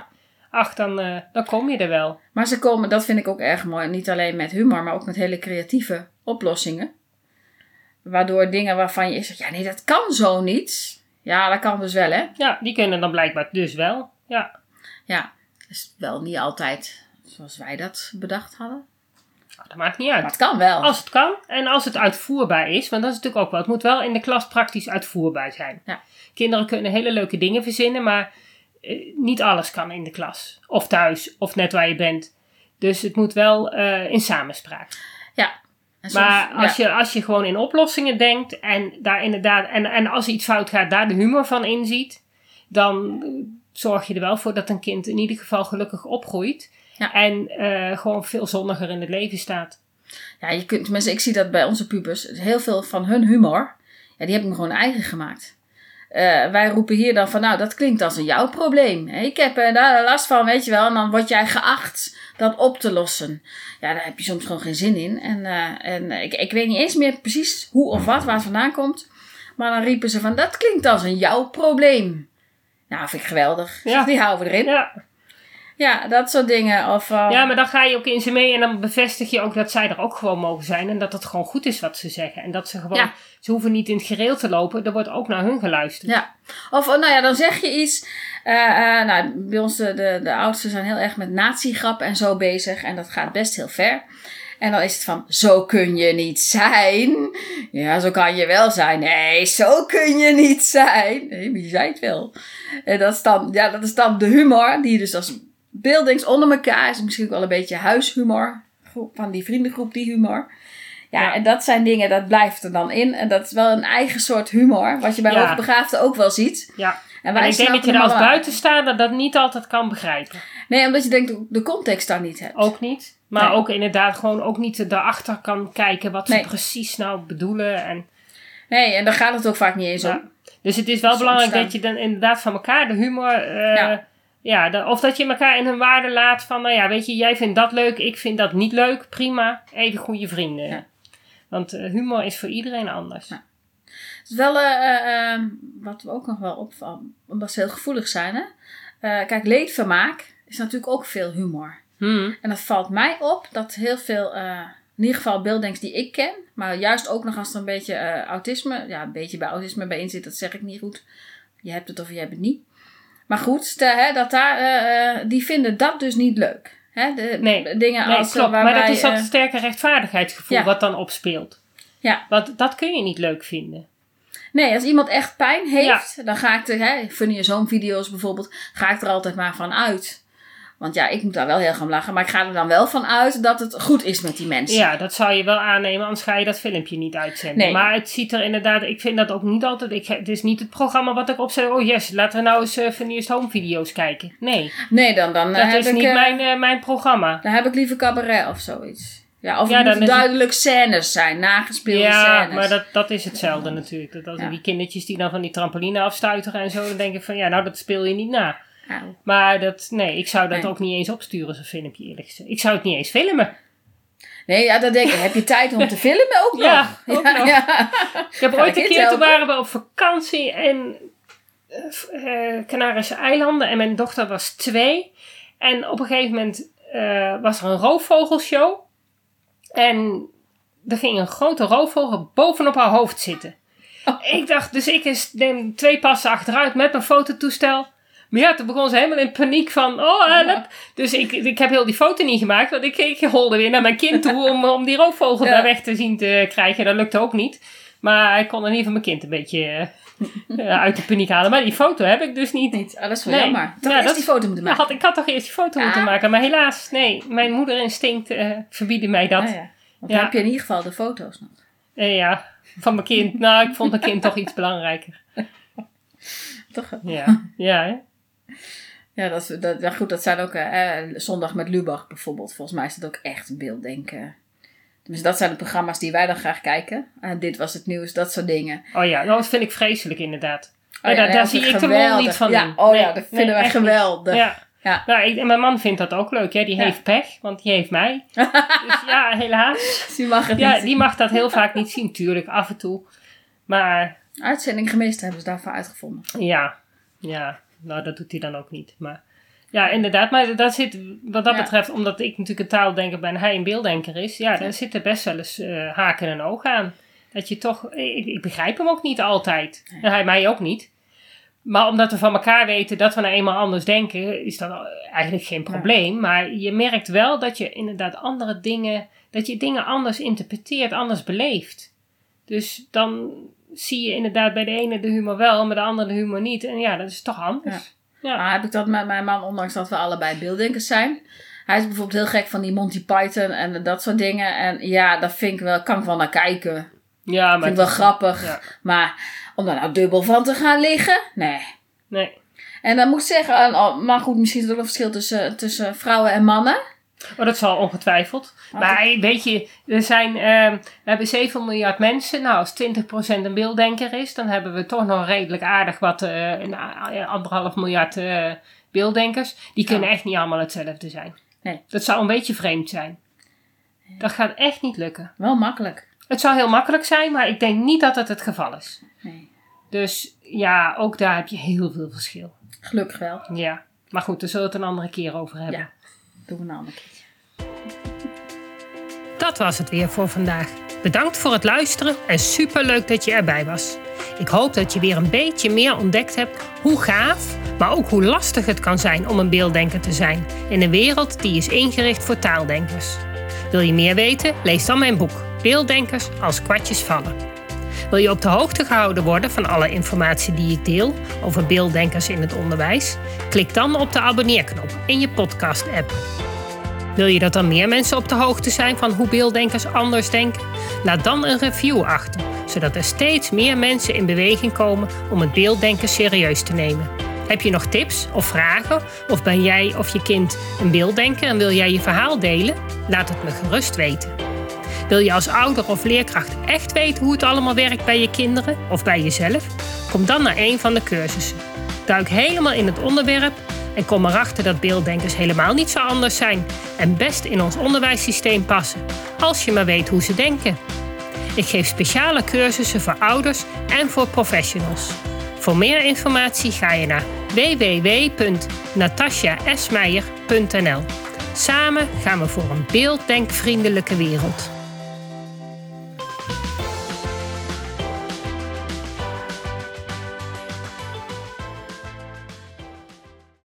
S1: dan kom je er wel.
S2: Maar ze komen, dat vind ik ook erg mooi, niet alleen met humor, maar ook met hele creatieve oplossingen. Waardoor dingen waarvan je zegt, nee, dat kan zo niet. Ja, dat kan dus wel, hè?
S1: Ja, die kunnen dan blijkbaar dus wel. Ja.
S2: Ja, is wel niet altijd zoals wij dat bedacht hadden.
S1: Dat maakt niet uit.
S2: Maar het kan wel.
S1: Als het kan en als het uitvoerbaar is, want dat is natuurlijk ook wel. Het moet wel in de klas praktisch uitvoerbaar zijn.
S2: Ja.
S1: Kinderen kunnen hele leuke dingen verzinnen, maar niet alles kan in de klas. Of thuis, of net waar je bent. Dus het moet wel in samenspraak.
S2: Ja. En soms,
S1: maar als je gewoon in oplossingen denkt en daar inderdaad, en als iets fout gaat, daar de humor van inziet, dan zorg je er wel voor dat een kind in ieder geval gelukkig opgroeit. Ja. En gewoon veel zonniger in het leven staat.
S2: Ja, je kunt, tenminste, ik zie dat bij onze pubers. Heel veel van hun humor, die heb ik me gewoon eigen gemaakt. Wij roepen hier dan van, dat klinkt als een jouw probleem. Ik heb daar last van, weet je wel. En dan word jij geacht dat op te lossen. Ja, daar heb je soms gewoon geen zin in. En ik weet niet eens meer precies hoe of waar het vandaan komt. Maar dan riepen ze van, dat klinkt als een jouw probleem. Nou, vind ik geweldig. Ja. Die houden we erin. Ja. Ja, dat soort dingen. Of,
S1: ja, maar dan ga je ook in ze mee en dan bevestig je ook dat zij er ook gewoon mogen zijn. En dat het gewoon goed is wat ze zeggen. En dat ze gewoon, ze hoeven niet in het gereel te lopen. Er wordt ook naar hun geluisterd.
S2: Ja, of dan zeg je iets. Bij ons de oudsten zijn heel erg met natiegrappen en zo bezig. En dat gaat best heel ver. En dan is het van, zo kun je niet zijn. Ja, zo kan je wel zijn. Nee, zo kun je niet zijn. Nee, wie zei het wel? En dat is dan de humor, die dus als beeldings onder elkaar is. Misschien ook wel een beetje huishumor. Van die vriendengroep, die humor. Ja, en dat zijn dingen, dat blijft er dan in. En dat is wel een eigen soort humor. Wat je bij hoogbegaafden ook wel ziet.
S1: Ja. En ik denk dat je er als buitenstaander dat niet altijd kan begrijpen.
S2: Nee, omdat je denkt de context daar niet hebt.
S1: Ook niet. Maar ook inderdaad gewoon ook niet daarachter kan kijken wat ze precies nou bedoelen.
S2: Nee, en daar gaat het ook vaak niet eens om.
S1: Dus het is wel belangrijk dat je dan inderdaad van elkaar de humor... of dat je elkaar in hun waarde laat van... weet je, jij vindt dat leuk, ik vind dat niet leuk. Prima, even goede vrienden. Ja. Want humor is voor iedereen anders. Ja.
S2: Het is wel wat we ook nog wel opvallen, omdat ze heel gevoelig zijn. Hè? Kijk, leedvermaak is natuurlijk ook veel humor. En dat valt mij op dat heel veel, in ieder geval beelddenks die ik ken, maar juist ook nog als er een beetje autisme, een beetje bij autisme bij in zit, dat zeg ik niet goed. Je hebt het of je hebt het niet. Maar goed, dat die vinden dat dus niet leuk. Hè? Dingen als
S1: klopt. Maar dat is dat sterke rechtvaardigheidsgevoel wat dan opspeelt. Ja. Want dat kun je niet leuk vinden.
S2: Nee, als iemand echt pijn heeft, dan ga ik Funny Home video's bijvoorbeeld, ga ik er altijd maar van uit. Want ik moet daar wel heel gaan lachen. Maar ik ga er dan wel van uit dat het goed is met die mensen.
S1: Ja, dat zou je wel aannemen. Anders ga je dat filmpje niet uitzenden. Nee. Maar het ziet er inderdaad... Ik vind dat ook niet altijd... Het is niet het programma wat ik opzet. Oh yes, laten we nou eens Funniest Home video's kijken. Nee.
S2: Nee, dan
S1: dat
S2: heb
S1: is
S2: ik,
S1: niet mijn programma.
S2: Dan heb ik liever cabaret of zoiets. Ja, of het moet duidelijk scènes zijn. Nagespeelde scènes.
S1: Ja, maar dat is hetzelfde natuurlijk. Die kindertjes die dan van die trampoline afstuiteren en zo. Dan denk ik van dat speel je niet na. Ja. Maar ik zou dat ook niet eens opsturen, zo'n filmpje eerlijk gezegd. Ik zou het niet eens filmen.
S2: Nee, dat denk ik. Heb je tijd om te filmen ook nog?
S1: Ja, ook nog. Ja. Ik heb ooit een keer, toen waren we op vakantie in Canarische eilanden en mijn dochter was 2. En op een gegeven moment was er een roofvogelshow. En er ging een grote roofvogel bovenop haar hoofd zitten. Ik dacht, dus ik neem 2 passen achteruit met mijn fototoestel. Maar toen begon ze helemaal in paniek van, help. Dus ik heb heel die foto niet gemaakt. Want ik holde weer naar mijn kind toe om die roofvogel daar weg te zien te krijgen. Dat lukte ook niet. Maar ik kon in ieder geval mijn kind een beetje uit de paniek halen. Maar die foto heb ik dus niet.
S2: Dat is wel jammer. Toch eerst die foto moeten maken.
S1: Ik had toch eerst die foto moeten maken. Maar helaas, nee. Mijn moederinstinct verbieden mij dat.
S2: Want dan heb je in ieder geval de foto's nog.
S1: Van mijn kind. Nou, ik vond mijn kind toch iets belangrijker.
S2: Toch?
S1: Ja, hè?
S2: Ja, dat zijn ook Zondag met Lubach bijvoorbeeld. Volgens mij is dat ook echt beelddenken. Dus dat zijn de programma's die wij dan graag kijken. Dit was het nieuws, dat soort dingen.
S1: Oh ja, dat vind ik vreselijk inderdaad. Daar zie ik de rol niet van in.
S2: Dat vinden wij geweldig.
S1: Ja. Nou, en mijn man vindt dat ook leuk. Die heeft pech, want die heeft mij. Dus ja, helaas.
S2: Die mag het niet zien.
S1: Die mag dat heel vaak niet zien, tuurlijk, af en toe. Maar...
S2: Uitzending gemist hebben ze daarvoor uitgevonden.
S1: Ja, nou dat doet hij dan ook niet. Maar ja, inderdaad. Maar dat zit, wat dat betreft, omdat ik natuurlijk een taaldenker ben en hij een beelddenker is. Ja, daar zitten best wel eens haken en ogen aan. Dat je toch, ik begrijp hem ook niet altijd. Nee. En hij mij ook niet. Maar omdat we van elkaar weten dat we nou eenmaal anders denken, is dat eigenlijk geen probleem. Ja. Maar je merkt wel dat je inderdaad andere dingen, dat je dingen anders interpreteert, anders beleeft. Dus dan zie je inderdaad bij de ene de humor wel, maar de andere de humor niet. En ja, dat is toch anders.
S2: Ja. Maar heb ik dat met mijn man, ondanks dat we allebei beelddenkers zijn. Hij is bijvoorbeeld heel gek van die Monty Python en dat soort dingen. En ja, dat vind ik wel, kan ik wel naar kijken.
S1: Ja, maar
S2: vind ik wel grappig. Ja. Maar om daar nou dubbel van te gaan liggen? Nee. En dan moet ik zeggen, maar goed, misschien is er ook een verschil tussen vrouwen en mannen.
S1: Oh, dat zal ongetwijfeld. Maar weet je, we hebben 7 miljard mensen. Nou, als 20% een beelddenker is, dan hebben we toch nog redelijk aardig wat 1,5 miljard beelddenkers. Die kunnen echt niet allemaal hetzelfde zijn.
S2: Nee.
S1: Dat zou een beetje vreemd zijn. Dat gaat echt niet lukken.
S2: Wel makkelijk.
S1: Het zou heel makkelijk zijn, maar ik denk niet dat het geval is.
S2: Nee.
S1: Dus ja, ook daar heb je heel veel verschil.
S2: Gelukkig wel.
S1: Ja, maar goed, daar zullen we het een andere keer over hebben.
S2: Ja, doen we een andere keer.
S1: Dat was het weer voor vandaag. Bedankt voor het luisteren en superleuk dat je erbij was. Ik hoop dat je weer een beetje meer ontdekt hebt hoe gaaf, maar ook hoe lastig het kan zijn om een beelddenker te zijn in een wereld die is ingericht voor taaldenkers. Wil je meer weten? Lees dan mijn boek Beelddenkers als kwartjes vallen. Wil je op de hoogte gehouden worden van alle informatie die ik deel over beelddenkers in het onderwijs? Klik dan op de abonneerknop in je podcast-app. Wil je dat er meer mensen op de hoogte zijn van hoe beelddenkers anders denken? Laat dan een review achter, zodat er steeds meer mensen in beweging komen om het beelddenken serieus te nemen. Heb je nog tips of vragen? Of ben jij of je kind een beelddenker en wil jij je verhaal delen? Laat het me gerust weten. Wil je als ouder of leerkracht echt weten hoe het allemaal werkt bij je kinderen of bij jezelf? Kom dan naar een van de cursussen. Duik helemaal in het onderwerp en kom erachter dat beelddenkers helemaal niet zo anders zijn en best in ons onderwijssysteem passen, als je maar weet hoe ze denken. Ik geef speciale cursussen voor ouders en voor professionals. Voor meer informatie ga je naar www.natasjaesmeijer.nl. Samen gaan we voor een beelddenkvriendelijke wereld.